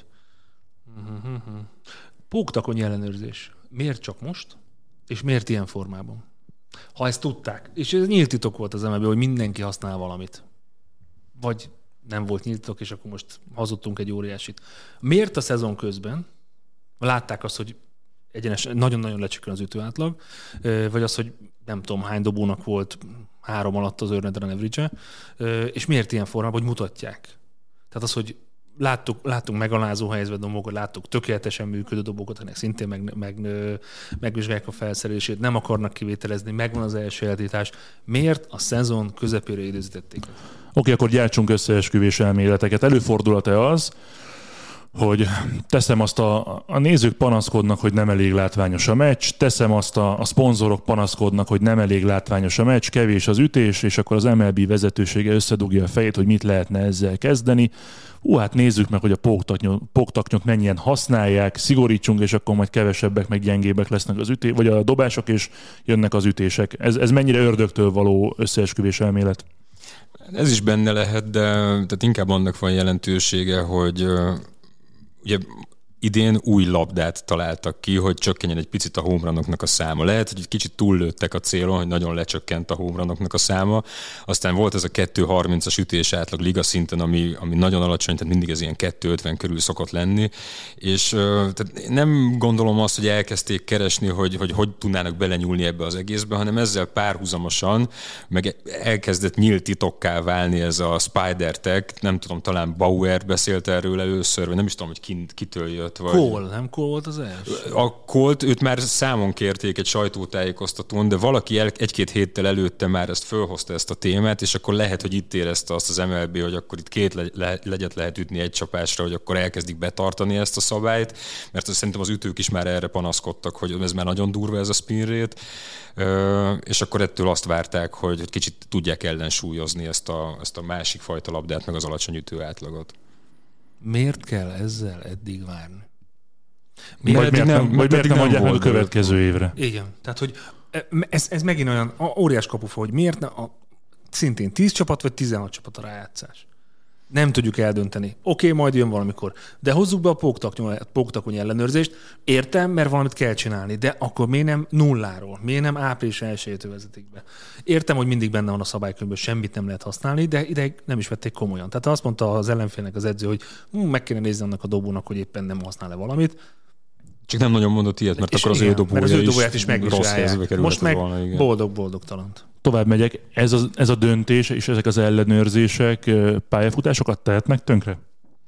póktakony ellenőrzés. Miért csak most? És miért ilyen formában? Ha ezt tudták, és ez nyílt titok volt az MLB-ben, hogy mindenki használ valamit. Vagy nem volt nyílt titok, és akkor most hazudtunk egy óriásit. Miért a szezon közben látták azt, hogy egyenes, nagyon-nagyon lecsökken az ütőátlag, vagy az, hogy nem tudom, hány dobónak volt 3 alatt az earned run average-e, és miért ilyen formában, hogy mutatják. Tehát az, hogy láttunk megalázó helyzetben dobokat, láttuk tökéletesen működő dobokat, ennek szintén megvizsgálják a felszerelését, nem akarnak kivételezni, megvan az elsajátítás. Miért a szezon közepére időzítették?
Oké, akkor gyártsunk összeesküvés elméleteket. Előfordulata az, hogy teszem azt a nézők panaszkodnak, hogy nem elég látványos a meccs, teszem azt a szponzorok panaszkodnak, hogy nem elég látványos a meccs, kevés az ütés, és akkor az MLB vezetősége összedugja a fejét, hogy mit lehetne ezzel kezdeni. Hát nézzük meg, hogy a póktaknyot mennyien használják, szigorítsunk, és akkor majd kevesebbek, meg gyengébbek lesznek az vagy a dobások, és jönnek az ütések. Ez mennyire ördögtől való összeesküvés elmélet?
Ez is benne lehet, de tehát inkább annak van jelentősége, hogy ugye idén új labdát találtak ki, hogy csökkenjen egy picit a home runoknak a száma. Lehet, hogy egy kicsit túllőttek a célon, hogy nagyon lecsökkent a home runoknak a száma. Aztán volt ez a 2.30-as ütés átlag liga szinten, ami nagyon alacsony, tehát mindig ez ilyen 2.50 körül szokott lenni. És tehát nem gondolom azt, hogy elkezdték keresni, hogy tudnának belenyúlni ebbe az egészbe, hanem ezzel párhuzamosan meg elkezdett nyílt titokká válni ez a Spider Tech. Nem tudom, talán Bauer beszélt erről először, vagy nem is tudom, hogy kitől jött.
Cole, nem Cole volt az első?
A Colt, őt már számon kérték egy sajtótájékoztatón, de valaki egy-két héttel előtte már ezt fölhozta ezt a témát, és akkor lehet, hogy itt érezte azt az MLB, hogy akkor itt 2 legyet lehet ütni egy csapásra, hogy akkor elkezdik betartani ezt a szabályt, mert szerintem az ütők is már erre panaszkodtak, hogy ez már nagyon durva ez a spin rate, és akkor ettől azt várták, hogy kicsit tudják ellensúlyozni ezt a másik fajta labdát, meg az alacsony ütőátlagot.
Miért kell ezzel eddig várni?
Miért nem adják meg a következő évre?
Igen, tehát hogy ez megint olyan óriás kapufa, hogy miért szintén 10 csapat vagy 16 csapat a rájátszás. Nem tudjuk eldönteni. Oké, majd jön valamikor. De hozzuk be a póktakony ellenőrzést. Értem, mert valamit kell csinálni, de akkor miért nem nulláról? Miért nem április 1-től vezetik be? Értem, hogy mindig benne van a szabálykönyvből, semmit nem lehet használni, de ideig nem is vették komolyan. Tehát azt mondta az ellenfélnek az edző, hogy meg kéne nézni annak a dobónak, hogy éppen nem használ-e valamit.
Csak nem nagyon mondott ilyet, mert akkor az ő dobóját is rossz helyzetbe kerülhet.
Most meg boldog-boldogtalant.
Tovább megyek. Ez a döntés és ezek az ellenőrzések pályafutásokat tehetnek tönkre?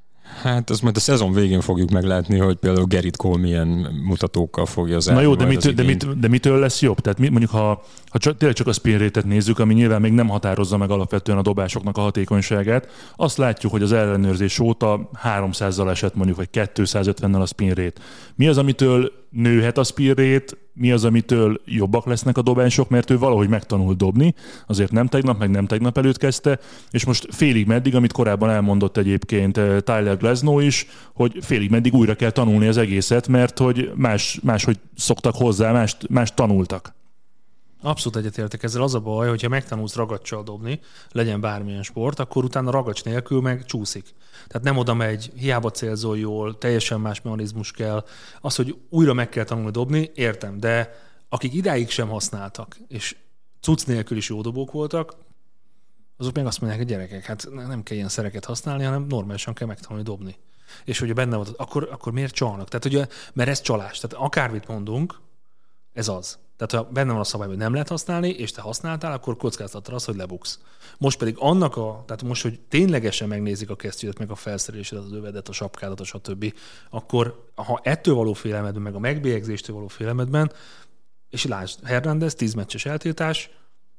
Hát ezt majd a szezon végén fogjuk meglátni, hogy például Gerrit Cole milyen mutatókkal fogja zárni.
Na jó, de mitől lesz jobb? Tehát mondjuk, ha tényleg csak a spin rate-et nézzük, ami nyilván még nem határozza meg alapvetően a dobásoknak a hatékonyságát, azt látjuk, hogy az ellenőrzés óta 300-zal esett mondjuk, vagy 250-nel a spin rate. Mi az, amitől nőhet a spin rate, mi az, amitől jobbak lesznek a dobások, mert ő valahogy megtanult dobni, azért nem tegnap előtt kezdte, és most félig meddig, amit korábban elmondott egyébként Tyler Glasnow is, hogy félig meddig újra kell tanulni az egészet, mert hogy máshogy szoktak hozzá, más tanultak.
Abszolút egyetértek ezzel. Az a baj, hogyha megtanulsz ragacsal dobni, legyen bármilyen sport, akkor utána ragacs nélkül meg csúszik. Tehát nem oda megy, hiába célzol jól, teljesen más mechanizmus kell. Az, hogy újra meg kell tanulni dobni, értem, de akik idáig sem használtak, és cucc nélkül is jó dobók voltak, azok meg azt mondják, hogy gyerekek, hát nem kell ilyen szereket használni, hanem normálisan kell megtanulni dobni. És hogyha benne volt, akkor miért csalnak? Tehát, ugye, mert ez csalás. Tehát akármit mondunk, ez az. Tehát ha benne van a szabályban, hogy nem lehet használni, és te használtál, akkor kockáztatod azt, hogy lebuksz. Most pedig tehát most, hogy ténylegesen megnézik a kesztyűt, meg a felszerelésedet, az övedet, a sapkádat, a stb., akkor ha ettől való félelmedben, meg a megbélyegzéstől való félelmedben, és lásd, Hernández 10 meccses eltiltás,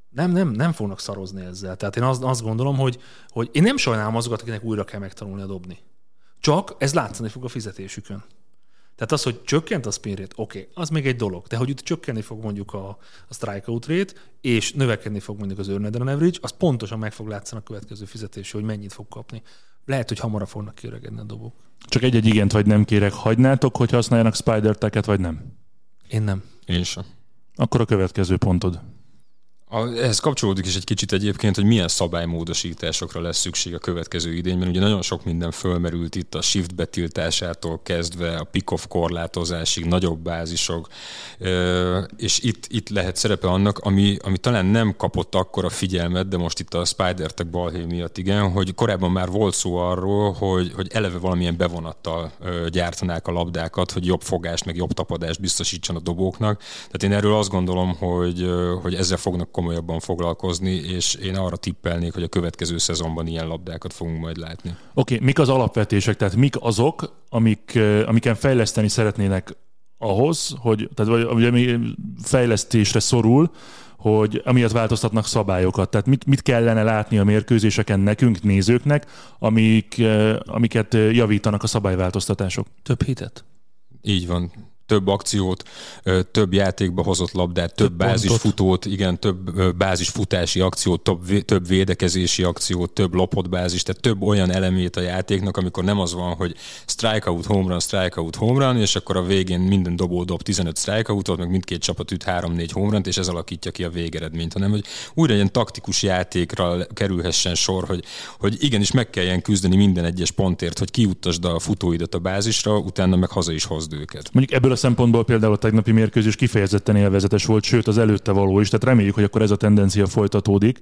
nem fognak szarozni ezzel. Tehát én azt gondolom, hogy én nem sajnálom azokat, akinek újra kell megtanulni a dobni. Csak ez látszani fog a fizetésükön. Tehát az, hogy csökkent a spin rate, oké, az még egy dolog, de hogy itt csökkenni fog mondjuk a strikeout rate, és növekedni fog mondjuk az earned run average, az pontosan meg fog látszani a következő fizetésű, hogy mennyit fog kapni. Lehet, hogy hamarabb fognak kiöregedni a dobók. Csak egy igent vagy nem kérek, hagynátok, hogy használjanak spider tag-et, vagy nem? Én nem.
Én sem.
Akkor a következő pontod.
Ehhez kapcsolódik is egy kicsit egyébként, hogy milyen szabálymódosításokra lesz szükség a következő idényben. Ugye nagyon sok minden fölmerült itt a shift betiltásától kezdve a pick-off korlátozásig, nagyobb bázisok, és itt lehet szerepe annak, ami talán nem kapott akkora figyelmet, de most itt a spider tag balhé miatt igen, hogy korábban már volt szó arról, hogy eleve valamilyen bevonattal gyártanák a labdákat, hogy jobb fogást, meg jobb tapadást biztosítson a dobóknak. Tehát én erről azt gondolom, hogy ezzel fognak komolyabban foglalkozni, és én arra tippelnék, hogy a következő szezonban ilyen labdákat fogunk majd látni.
Oké, mik az alapvetések, tehát mik azok, amiken fejleszteni szeretnének ahhoz, vagy ami fejlesztésre szorul, hogy amiatt változtatnak szabályokat. Tehát mit kellene látni a mérkőzéseken nekünk, nézőknek, amiket javítanak a szabályváltoztatások?
Több hitet?
Így van. Több akciót, több játékba hozott labdát, több bázisfutót, igen, több bázisfutási akciót, több védekezési akciót, több lopott bázis, tehát több olyan elemét a játéknak, amikor nem az van, hogy strikeout, home run, és akkor a végén minden dobó dob 15 strikeoutot, meg mindkét csapat üt 3-4 home runt, és ez alakítja ki a végeredményt, hanem hogy újra ilyen taktikus játékra kerülhessen sor, hogy igenis meg kelljen küzdeni minden egyes pontért, hogy kiuttasd a futóidat a bázisra, utána meg haza is hozd őket.
Mondjuk ebből a szempontból például a tegnapi mérkőzés kifejezetten élvezetes volt, sőt az előtte való is, tehát reméljük, hogy akkor ez a tendencia folytatódik.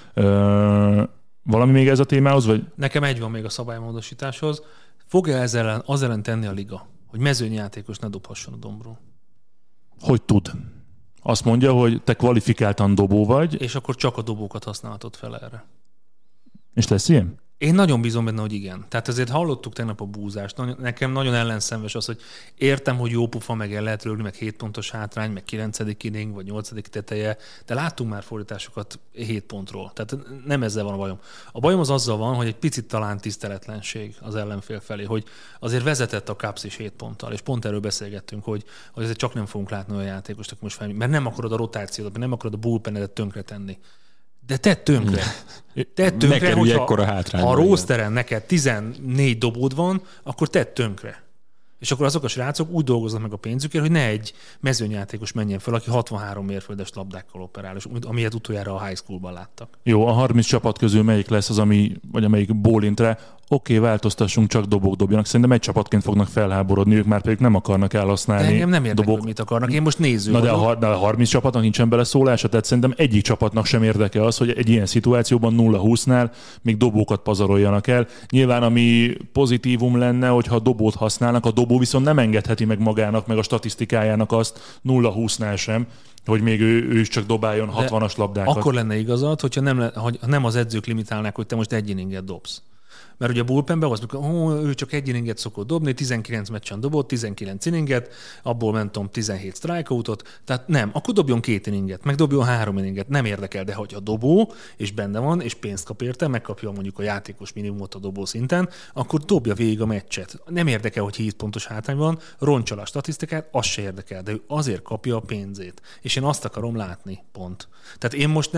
Valami még ez a témához? Vagy?
Nekem egy van még a szabálymódosításhoz. Fog-e az ellen tenni a liga, hogy mezőnyjátékos ne dobhasson a dombról?
Hogy tud? Azt mondja, hogy te kvalifikáltan dobó vagy.
És akkor csak a dobókat használhatod fel erre.
És lesz ilyen?
Én nagyon bízom benne, hogy igen. Tehát ezért hallottuk tegnap a búzást. Nekem nagyon ellenszenves az, hogy értem, hogy jó pufa, meg el lehet rögni, meg 7 pontos hátrány, meg 9. inning, vagy 8. teteje, de láttunk már fordításokat 7 pontról. Tehát nem ezzel van a bajom. A bajom az azzal van, hogy egy picit talán tiszteletlenség az ellenfél felé, hogy azért vezetett a Cubs is 7 ponttal, és pont erről beszélgettünk, hogy azért csak nem fogunk látni olyan játékost, most fel, mert nem akarod a rotációt, mert nem akarod a bullpenedet tönkretenni. De tedd tönkre.
Ne kerülj ekkora hátrányba.
Ha a rosteren neked 14 dobód van, akkor tedd tönkre. És akkor azok a srácok úgy dolgoznak meg a pénzükért, hogy ne egy mezőnyjátékos menjen fel, aki 63 mérföldes labdákkal operál, és amilyet utoljára a high schoolban láttak.
Jó, a 30 csapat közül melyik lesz az, vagy amelyik bólint rá? Oké, változtassunk, csak dobok dobjanak. Szerintem egy csapatként fognak felháborodni, ők már pedig nem akarnak elhasználni.
De engem nem érdekel, hogy mit akarnak. Én most néző vagyok.
De a 30 csapatnak nincsen beleszólása, tehát szerintem egyik csapatnak sem érdeke az, hogy egy ilyen szituációban 0-20-nál még dobókat pazaroljanak el. Nyilván ami pozitívum lenne, hogyha dobót használnak, a dobó viszont nem engedheti meg magának, meg a statisztikájának azt 0-20-nál sem, hogy még ő is csak dobáljon 60-as labdákat.
Akkor lenne igazad, hogyha nem az edzők limitálnák, hogy te most egy inninget dobsz. Mert ugye a bullpenben az, hogy ő csak egy inninget szokott dobni, 19 meccsen dobott, 19 inninget, abból mentom 17 strikeoutot, tehát nem, akkor dobjon 2 inninget, meg dobjon 3 inninget, nem érdekel, de hogy a dobó, és benne van, és pénzt kap érte, megkapja mondjuk a játékos minimumot a dobó szinten, akkor dobja végig a meccset. Nem érdekel, hogy 7 pontos hátrány van, roncsol a statisztikát, az se érdekel, de ő azért kapja a pénzét. És én azt akarom látni, pont. Tehát én most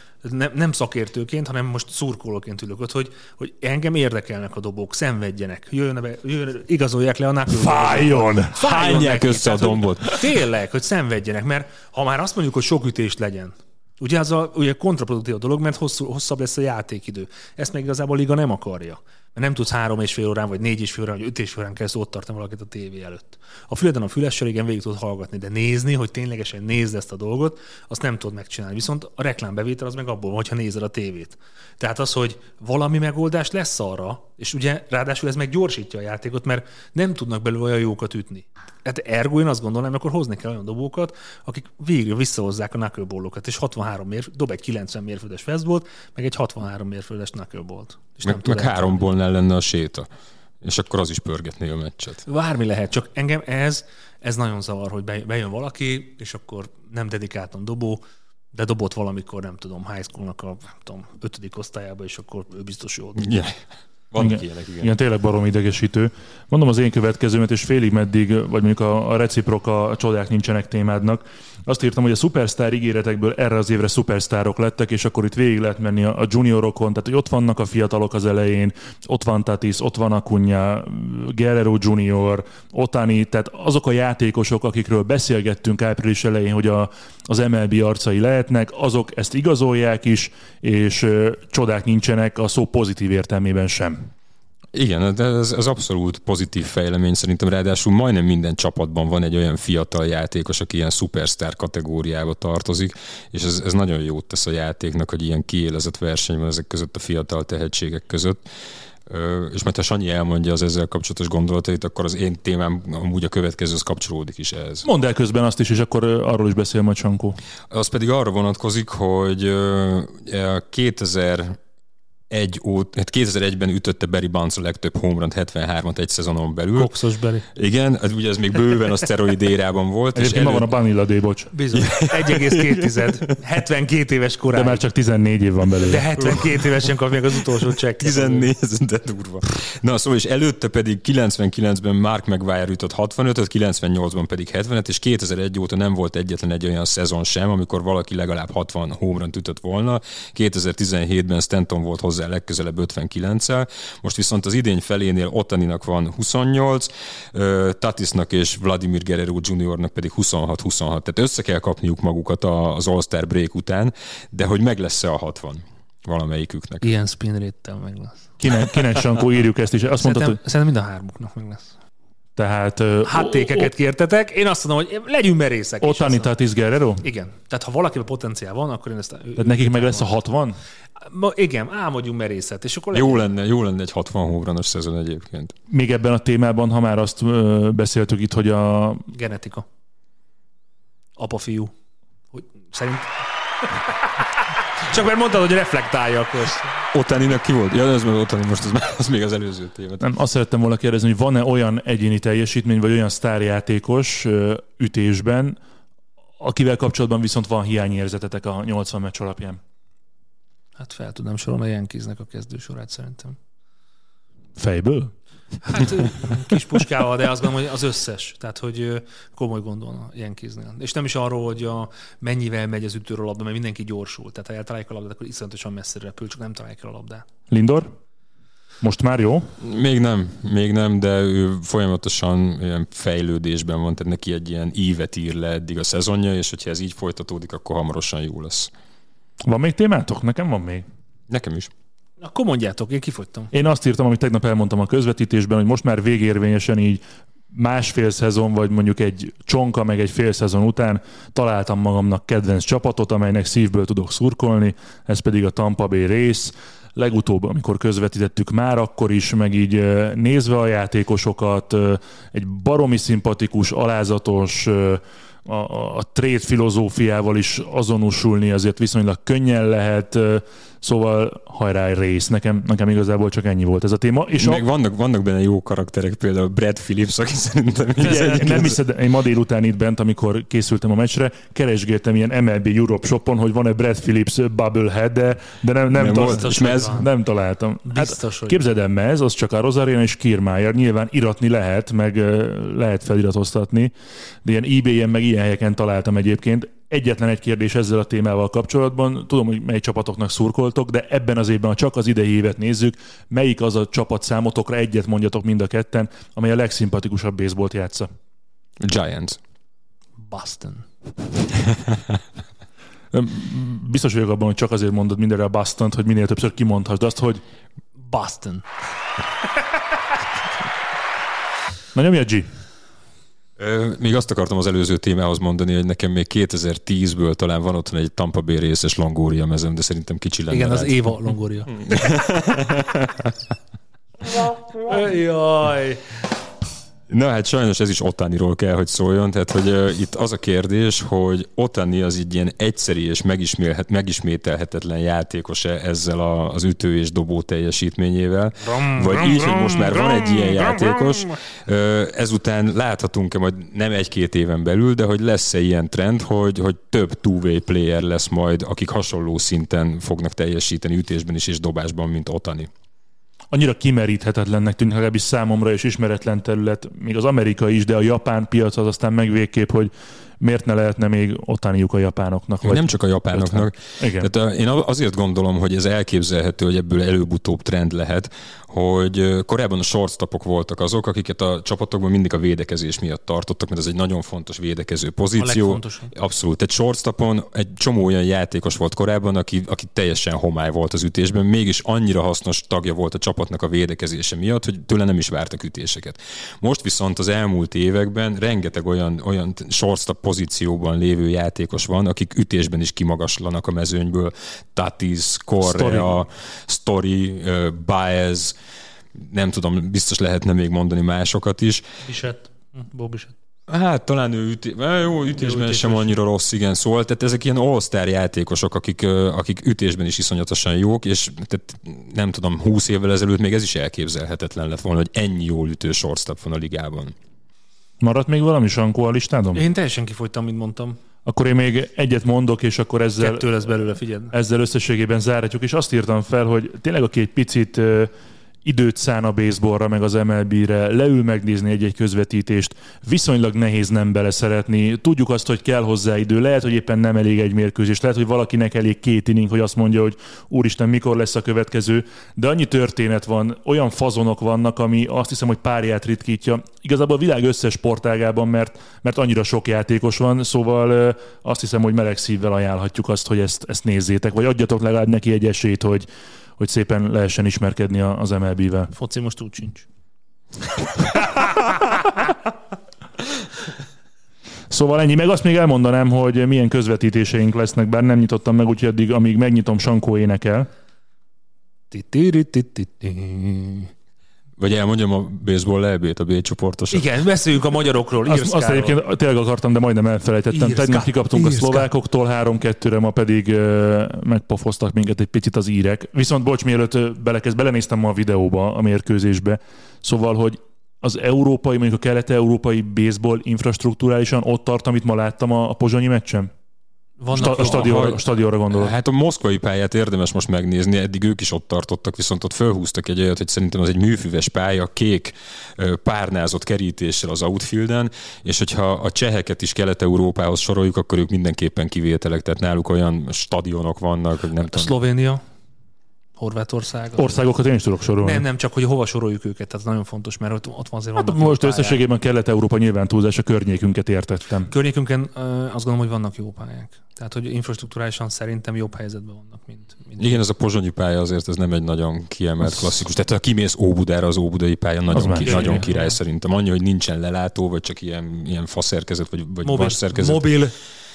nem szakértőként, hanem most szurkolóként ülök ott, hogy engem érdekelnek a dobók, szenvedjenek, igazolják le a nákülőt.
Fájjon! Hányják össze a dombot.
Tényleg, hogy szenvedjenek, mert ha már azt mondjuk, hogy sok ütést legyen, ugye az ugye kontraproduktív a dolog, mert hosszabb lesz a játékidő. Ezt meg igazából a liga nem akarja. Mert nem tudsz 3,5 órán, vagy 4,5 órán, vagy 5,5 órán keresztül ott tartani valakit a tévé előtt. A füleden a fülessel igen végig tudod hallgatni, de nézni, hogy ténylegesen nézd ezt a dolgot, azt nem tudod megcsinálni. Viszont a reklámbevétel az meg abból, hogyha nézed a tévét. Tehát az, hogy valami megoldás lesz arra, és ugye ráadásul ez meg gyorsítja a játékot, mert nem tudnak belőle olyan jókat ütni. Hát ergo én azt gondolom, akkor hozni kell olyan dobókat, akik végül visszahozzák a knuckleballokat, és 63 dob egy 90 mérföldes fastballt, meg egy 63 mérföldes knuckleballt.
Meg 3 ballnál lenne a séta. És akkor az is pörgetné a meccset.
Bármi lehet, csak engem ez nagyon zavar, hogy bejön valaki, és akkor nem dedikáltan dobó, de dobott valamikor, nem tudom, high schoolnak a 5. osztályába, és akkor ő biztos jól.
Yeah. Vannak ilyenek, igen.
Igen, tényleg baromi idegesítő. Mondom az én következőmet, és félig meddig, vagy mondjuk a reciproka a csodák nincsenek témádnak. Azt írtam, hogy a szupersztár ígéretekből erre az évre szupersztárok lettek, és akkor itt végig lehet menni a juniorokon, tehát hogy ott vannak a fiatalok az elején, ott van Tatis, ott van Acuna, Guerrero Junior, Ohtani, tehát azok a játékosok, akikről beszélgettünk április elején, hogy az MLB arcai lehetnek, azok ezt igazolják is, és csodák nincsenek a szó pozitív értelmében sem.
Igen, de ez abszolút pozitív fejlemény szerintem, ráadásul majdnem minden csapatban van egy olyan fiatal játékos, aki ilyen szupersztár kategóriába tartozik, és ez nagyon jót tesz a játéknak, hogy ilyen kiélezett verseny van ezek között a fiatal tehetségek között. És mert ha Sanyi elmondja az ezzel kapcsolatos gondolatait, akkor az én témám amúgy a következőhöz kapcsolódik is ehhez.
Mondd el közben azt is, és akkor arról is beszél majd Sankó.
Az pedig arra vonatkozik, hogy 2001-ben ütötte Barry Bonds a legtöbb home runt, 73-at egy szezonon belül.
Kokszos Barry.
Igen, ugye ez még bőven a szteroid érában volt.
Egyébként ma van a Vanilla Day, bocs.
Bizony. 1,2. 72 éves korában.
De már csak 14 év van belőle.
De 72 évesen kap még az utolsó csekk.
14, de durva. Na, szóval és előtte pedig 99-ben Mark McGwire ütött 65-öt, 98-ban pedig 70-et, és 2001 óta nem volt egyetlen egy olyan szezon sem, amikor valaki legalább 60 home runt ütött volna. 2017-ben Stanton volt hozzá legközelebb 59-el. Most viszont az idény felénél Ohtaninak van 28, Tatisnak és Vladimir Guerrero Juniornak pedig 26-26. Tehát össze kell kapniuk magukat az All-Star break után, de hogy meg lesz-e a 60 valamelyiküknek?
Ilyen spin rate-tel meg lesz.
Kinek Sankó, írjuk ezt is. Azt mondtad, hogy...
Szerintem mind a hármuknak meg lesz.
Tehát...
Háttékeket kértetek, én azt mondom, hogy legyünk merészek.
Ohtani, Tatis, Guerrero?
Igen. Tehát ha valakiben potenciál van, akkor én ezt...
Tehát nekik meg lesz a 60?
Igen, álmodjunk merészet. És akkor
jó lenne egy 60 home runos szezon egyébként.
Még ebben a témában, ha már azt beszéltük itt, hogy a...
Genetika. Apa-fiú. Szerint... Csak mert mondtad, hogy reflektálja, akkor...
Ohtaninak ki volt? Ja, ez meg Ohtani, most az még az előző téma.
Nem, azt szerettem volna kérdezni, hogy van-e olyan egyéni teljesítmény, vagy olyan sztárjátékos ütésben, akivel kapcsolatban viszont van hiányérzetetek a 80 meccs alapján?
Hát fel tudnám sorolni a Yankeesnek a kezdősorát szerintem.
Fejből?
Hát kis puskával, de azt gondolom, hogy az összes. Tehát, hogy komoly gond van a Yankeesnél. És nem is arról, hogy mennyivel megy az ütőről a labda, mert mindenki gyorsul. Tehát ha eltalálják a labdát, akkor iszonyatosan messzire repül, csak nem találják el a labdát.
Lindor? Most már jó?
Még nem, de ő folyamatosan ilyen fejlődésben van, tehát neki egy ilyen ívet ír le eddig a szezonja, és hogyha ez így folytatódik, akkor hamarosan jó lesz.
Van még témátok? Nekem van még.
Nekem is.
Akkor mondjátok, én kifogytam.
Én azt írtam, amit tegnap elmondtam a közvetítésben, hogy most már végérvényesen így másfél szezon, vagy mondjuk egy csonka, meg egy fél szezon után találtam magamnak kedvenc csapatot, amelynek szívből tudok szurkolni, ez pedig a Tampa Bay Rays. Legutóbb, amikor közvetítettük már akkor is, meg így nézve a játékosokat, egy baromi szimpatikus, alázatos, a trade filozófiával is azonosulni azért viszonylag könnyen lehet, szóval hajrá Rays, nekem igazából csak ennyi volt ez a téma. És
meg vannak benne jó karakterek, például Brad Phillips, aki szerintem...
Nem hiszed, én ma délután itt bent, amikor készültem a meccsre, keresgéltem ilyen MLB Europe shopon, hogy van-e Brad Phillips bubblehead, de nem találtam.
Biztos, hogy...
Képzeld el, Mez, az csak a Rosarian és Kiermaier, nyilván iratni lehet, meg lehet feliratoztatni, de ilyen eBay-en meg ilyen helyeken találtam egyébként. Egyetlen egy kérdés ezzel a témával kapcsolatban. Tudom, hogy mely csapatoknak szurkoltok, de ebben az évben, ha csak az idei évet nézzük, melyik az a csapat számotokra, egyet mondjatok mind a ketten, amely a legszimpatikusabb baseballt játsza?
Giants.
Boston.
Biztos vagyok abban, hogy csak azért mondod mindenre a Bostont, hogy minél többször kimondhassd azt, hogy
Boston.
Na nyomja, G.
Még azt akartam az előző témához mondani, hogy nekem még 2010-ből talán van otthon egy Tampa Bay Rays-es Longoria mezem, de szerintem kicsi lenne.
Igen, az Éva Longoria. Jaj.
Na hát sajnos ez is Otaniról kell, hogy szóljon, tehát hogy itt az a kérdés, hogy Otani az így ilyen egyszerű és megismételhetetlen játékos-e ezzel az ütő és dobó teljesítményével, vagy így, hogy most már van egy ilyen játékos, ezután láthatunk-e majd nem egy-két éven belül, de hogy lesz-e ilyen trend, hogy több two-way player lesz majd, akik hasonló szinten fognak teljesíteni ütésben is és dobásban, mint Otani.
Annyira kimeríthetetlennek tűnik, legalábbis számomra és ismeretlen terület, még az amerikai is, de a japán piac az aztán meg végképp, hogy miért ne lehetne még Otaniuk a japánoknak?
Vagy nem csak a japánoknak. Tehát én azért gondolom, hogy ez elképzelhető, hogy ebből előbb-utóbb trend lehet, hogy korábban a shortstopok voltak azok, akiket a csapatokban mindig a védekezés miatt tartottak, mert ez egy nagyon fontos védekező pozíció. Abszolút. Egy shortstopon egy csomó olyan játékos volt korábban, aki teljesen homály volt az ütésben, mégis annyira hasznos tagja volt a csapatnak a védekezése miatt, hogy tőle nem is vártak ütéseket. Most viszont az elmúlt években rengeteg olyan shortstop pozícióban lévő játékos van, akik ütésben is kimagaslanak a mezőnyből. Tatis, Correa, Story, Baez, nem tudom, biztos lehetne még mondani másokat is.
Bob Bichette.
Hát talán ő ütésben sem annyira rossz, igen, szóval, tehát ezek ilyen all-star játékosok, akik ütésben is iszonyatosan jók, és tehát, nem tudom, 20 évvel ezelőtt még ez is elképzelhetetlen lett volna, hogy ennyi jól ütő shortstop van a ligában.
Maradt még valami Sankó a listádon?
Én teljesen kifogytam, mint mondtam.
Akkor én még egyet mondok, és akkor ezzel...
2 lesz belőle, figyeld.
Ezzel összességében zárhatjuk, és azt írtam fel, hogy tényleg aki egy picit időt szán a baseballra, meg az MLB-re, leül megnézni egy-egy közvetítést, viszonylag nehéz nem beleszeretni. Tudjuk azt, hogy kell hozzá idő, lehet, hogy éppen nem elég egy mérkőzés, lehet, hogy valakinek elég 2 inning, hogy azt mondja, hogy úristen, mikor lesz a következő, de annyi történet van, olyan fazonok vannak, ami azt hiszem, hogy párját ritkítja. Igazából a világ összes sportágában, mert annyira sok játékos van, szóval azt hiszem, hogy meleg szívvel ajánlhatjuk azt, hogy ezt nézzétek, vagy adjatok legalább neki egy esélyt, hogy szépen lehessen ismerkedni az MLB-vel.
Foci most úgy sincs.
Szóval ennyi. Meg azt még elmondanám, hogy milyen közvetítéseink lesznek, bár nem nyitottam meg, úgyhogy addig, amíg megnyitom, Sankó énekel.
Vagy elmondjam a baseball EB-t, a B csoportosat.
Igen, beszéljünk a magyarokról.
Azt egyébként tényleg akartam, de majdnem elfelejtettem. Tegnap kikaptunk a szlovákoktól 3-2-re, ma pedig megpofoztak minket egy picit az írek. Viszont bocs, mielőtt belenéztem ma a videóba, a mérkőzésbe. Szóval, hogy az európai, mondjuk a kelet-európai baseball infrastruktúrálisan ott tart, amit ma láttam a pozsonyi meccsen? A stadionra gondolok.
Hát a moszkvai pályát érdemes most megnézni, eddig ők is ott tartottak, viszont ott fölhúztak egy olyat, hogy szerintem az egy műfüves pálya, kék párnázott kerítéssel az outfielden, és hogyha a cseheket is Kelet-Európához soroljuk, akkor ők mindenképpen kivételek, tehát náluk olyan stadionok vannak, hogy nem tudom.
Szlovénia? Horvátország.
Országokat én is tudok sorolni.
Nem, csak hogy hova soroljuk őket, tehát nagyon fontos, mert ott van azért vannak
most összességében Kelet-Európa nyilván túlzás, a környékünket értettem.
Környékünkön azt gondolom, hogy vannak jó pályák. Tehát, hogy infrastrukturálisan szerintem jobb helyzetben vannak, mint
igen, ez a pozsonyi pálya azért ez nem egy nagyon kiemelt klasszikus. Tehát ha kimész Óbudára, az óbudai pálya nagyon király szerintem. Annyi, hogy nincsen lelátó, vagy csak ilyen faszerkezet, vagy vasszerkezet.
Mobil.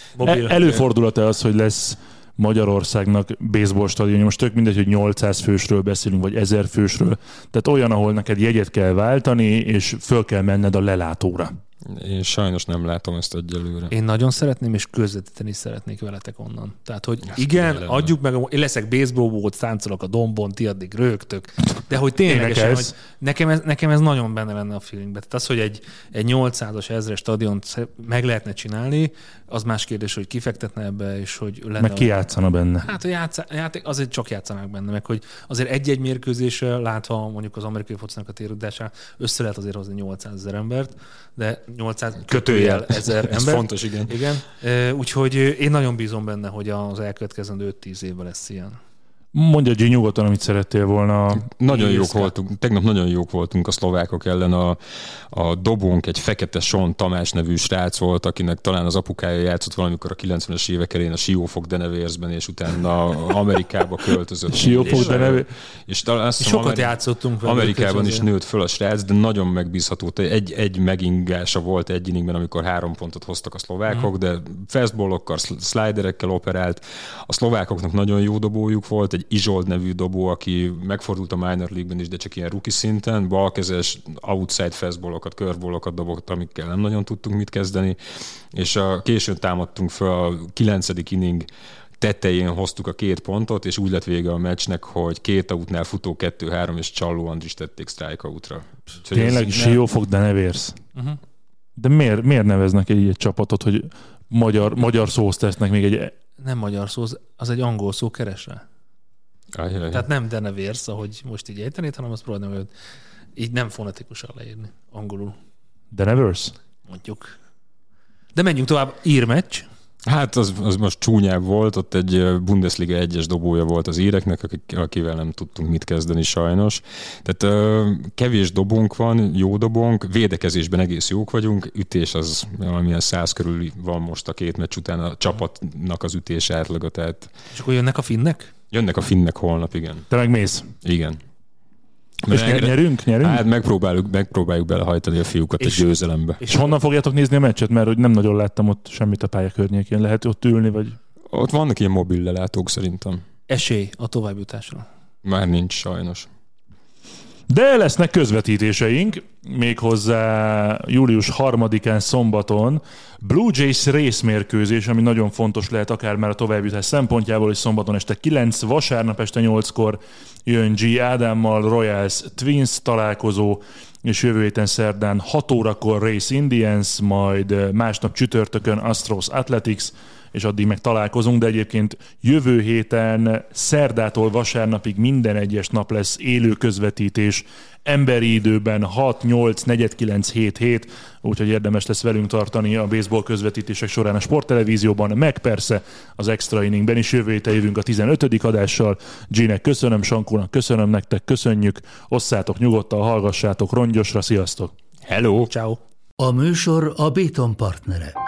Előfordulata az, hogy lesz Magyarországnak baseball stadionja, most tök mindegy, hogy 800 fősről beszélünk, vagy 1000 fősről. Tehát olyan, ahol neked jegyet kell váltani, és föl kell menned a lelátóra.
Én sajnos nem látom ezt egyelőre.
Én nagyon szeretném, és közvetíteni szeretnék veletek onnan. Tehát, hogy igen, adjuk meg, én leszek baseballból, táncolok a dombon, ti addig rögtök. De hogy ténylegesen, hogy nekem ez nagyon benne lenne a feelingben. Tehát az, hogy egy 800-as 1000-es stadiont meg lehetne csinálni, az más kérdés, hogy kifektetne ebbe, és hogy lenne...
Meg ki játszana benne.
Hát a azért csak játszanák benne, meg hogy azért egy-egy mérkőzésre látva mondjuk az amerikai focinak a térudásán össze lehet azért hozni 800 000 embert, de 800 kötőjel 1000 ember.
Ez fontos, igen.
Úgyhogy én nagyon bízom benne, hogy az elkövetkezendő 5-10 évben lesz ilyen.
Mondja G nyugodtan, amit szerettél volna.
Nagyon jók voltunk. Tegnap nagyon jók voltunk a szlovákok ellen. A dobónk egy Fekete Son Tamás nevű srác volt, akinek talán az apukája játszott valamikor a 90-es évek elején a Siófok Denevérsben, és utána Amerikába költözött.
Siófok Denevérs.
És sokat játszottunk vele.
Amerikában is nőtt föl a srác, de nagyon megbízható. Egy megingása volt egy inningben, amikor 3 pontot hoztak a szlovákok, de fastballokkal, sliderekkel operált. A szlovákoknak nagyon jó dobójuk volt, egy Izsold nevű dobó, aki megfordult a minor league-ben is, de csak ilyen rookie szinten, balkezes, outside fastballokat, curveballokat dobott, amikkel nem nagyon tudtunk mit kezdeni, és későn támadtunk fel a 9. inning tetején hoztuk a 2 pontot, és úgy lett vége a meccsnek, hogy 2 outnál futó 2-3, és Csalló Andris tették strikeoutra.
Tényleg Siófok Denevérs. De miért neveznek egy csapatot, hogy magyar szósz tesznek még egy...
Nem magyar szó, az egy angol szó, keresre. Tehát nem Denevérs, ahogy most így ejtenéd, hanem azt próbálom, hogy így nem fonetikusan leírni angolul.
Denevérs?
Mondjuk. De menjünk tovább. Írmeccs.
Hát az most csúnyább volt, ott egy Bundesliga 1-es dobója volt az íreknek, akivel nem tudtunk mit kezdeni sajnos. Tehát kevés dobónk van, jó dobónk, védekezésben egész jók vagyunk, ütés az valamilyen 100 körül van most a 2 meccs után a csapatnak az ütés átlaga. Tehát...
És akkor jönnek a finnek?
Jönnek a finnek holnap, igen.
Te meg mész?
Igen.
És nyerünk?
Hát megpróbáljuk belehajtani a fiúkat egy győzelembe.
És honnan fogjátok nézni a meccset? Mert hogy nem nagyon láttam ott semmit a pálya környékén. Lehet ott ülni, vagy...
Ott vannak ilyen mobil lelátók szerintem.
Esély a továbbjutásra?
Már nincs sajnos.
De lesznek közvetítéseink, méghozzá július 3-án szombaton Blue Jays részmérkőzés, ami nagyon fontos lehet akár már a továbbjutás szempontjából, és szombaton este 9, vasárnap este 8-kor jön G. Ádámmal, Royals Twins találkozó, és jövő héten szerdán 6 órakor Race Indians, majd másnap csütörtökön Astros Athletics, és addig meg találkozunk, de egyébként jövő héten szerdától vasárnapig minden egyes nap lesz élő közvetítés, emberi időben 6, 8, 4, 9, 7, 7, úgyhogy érdemes lesz velünk tartani a baseball közvetítések során a sporttelevízióban, meg persze az extra inningben is. Jövő héten jövünk a 15. adással. G-nek köszönöm, Sankónak köszönöm, nektek köszönjük, osszátok nyugodtan, hallgassátok rongyosra, sziasztok!
Hello!
Ciao.
A műsor a Béton partnere.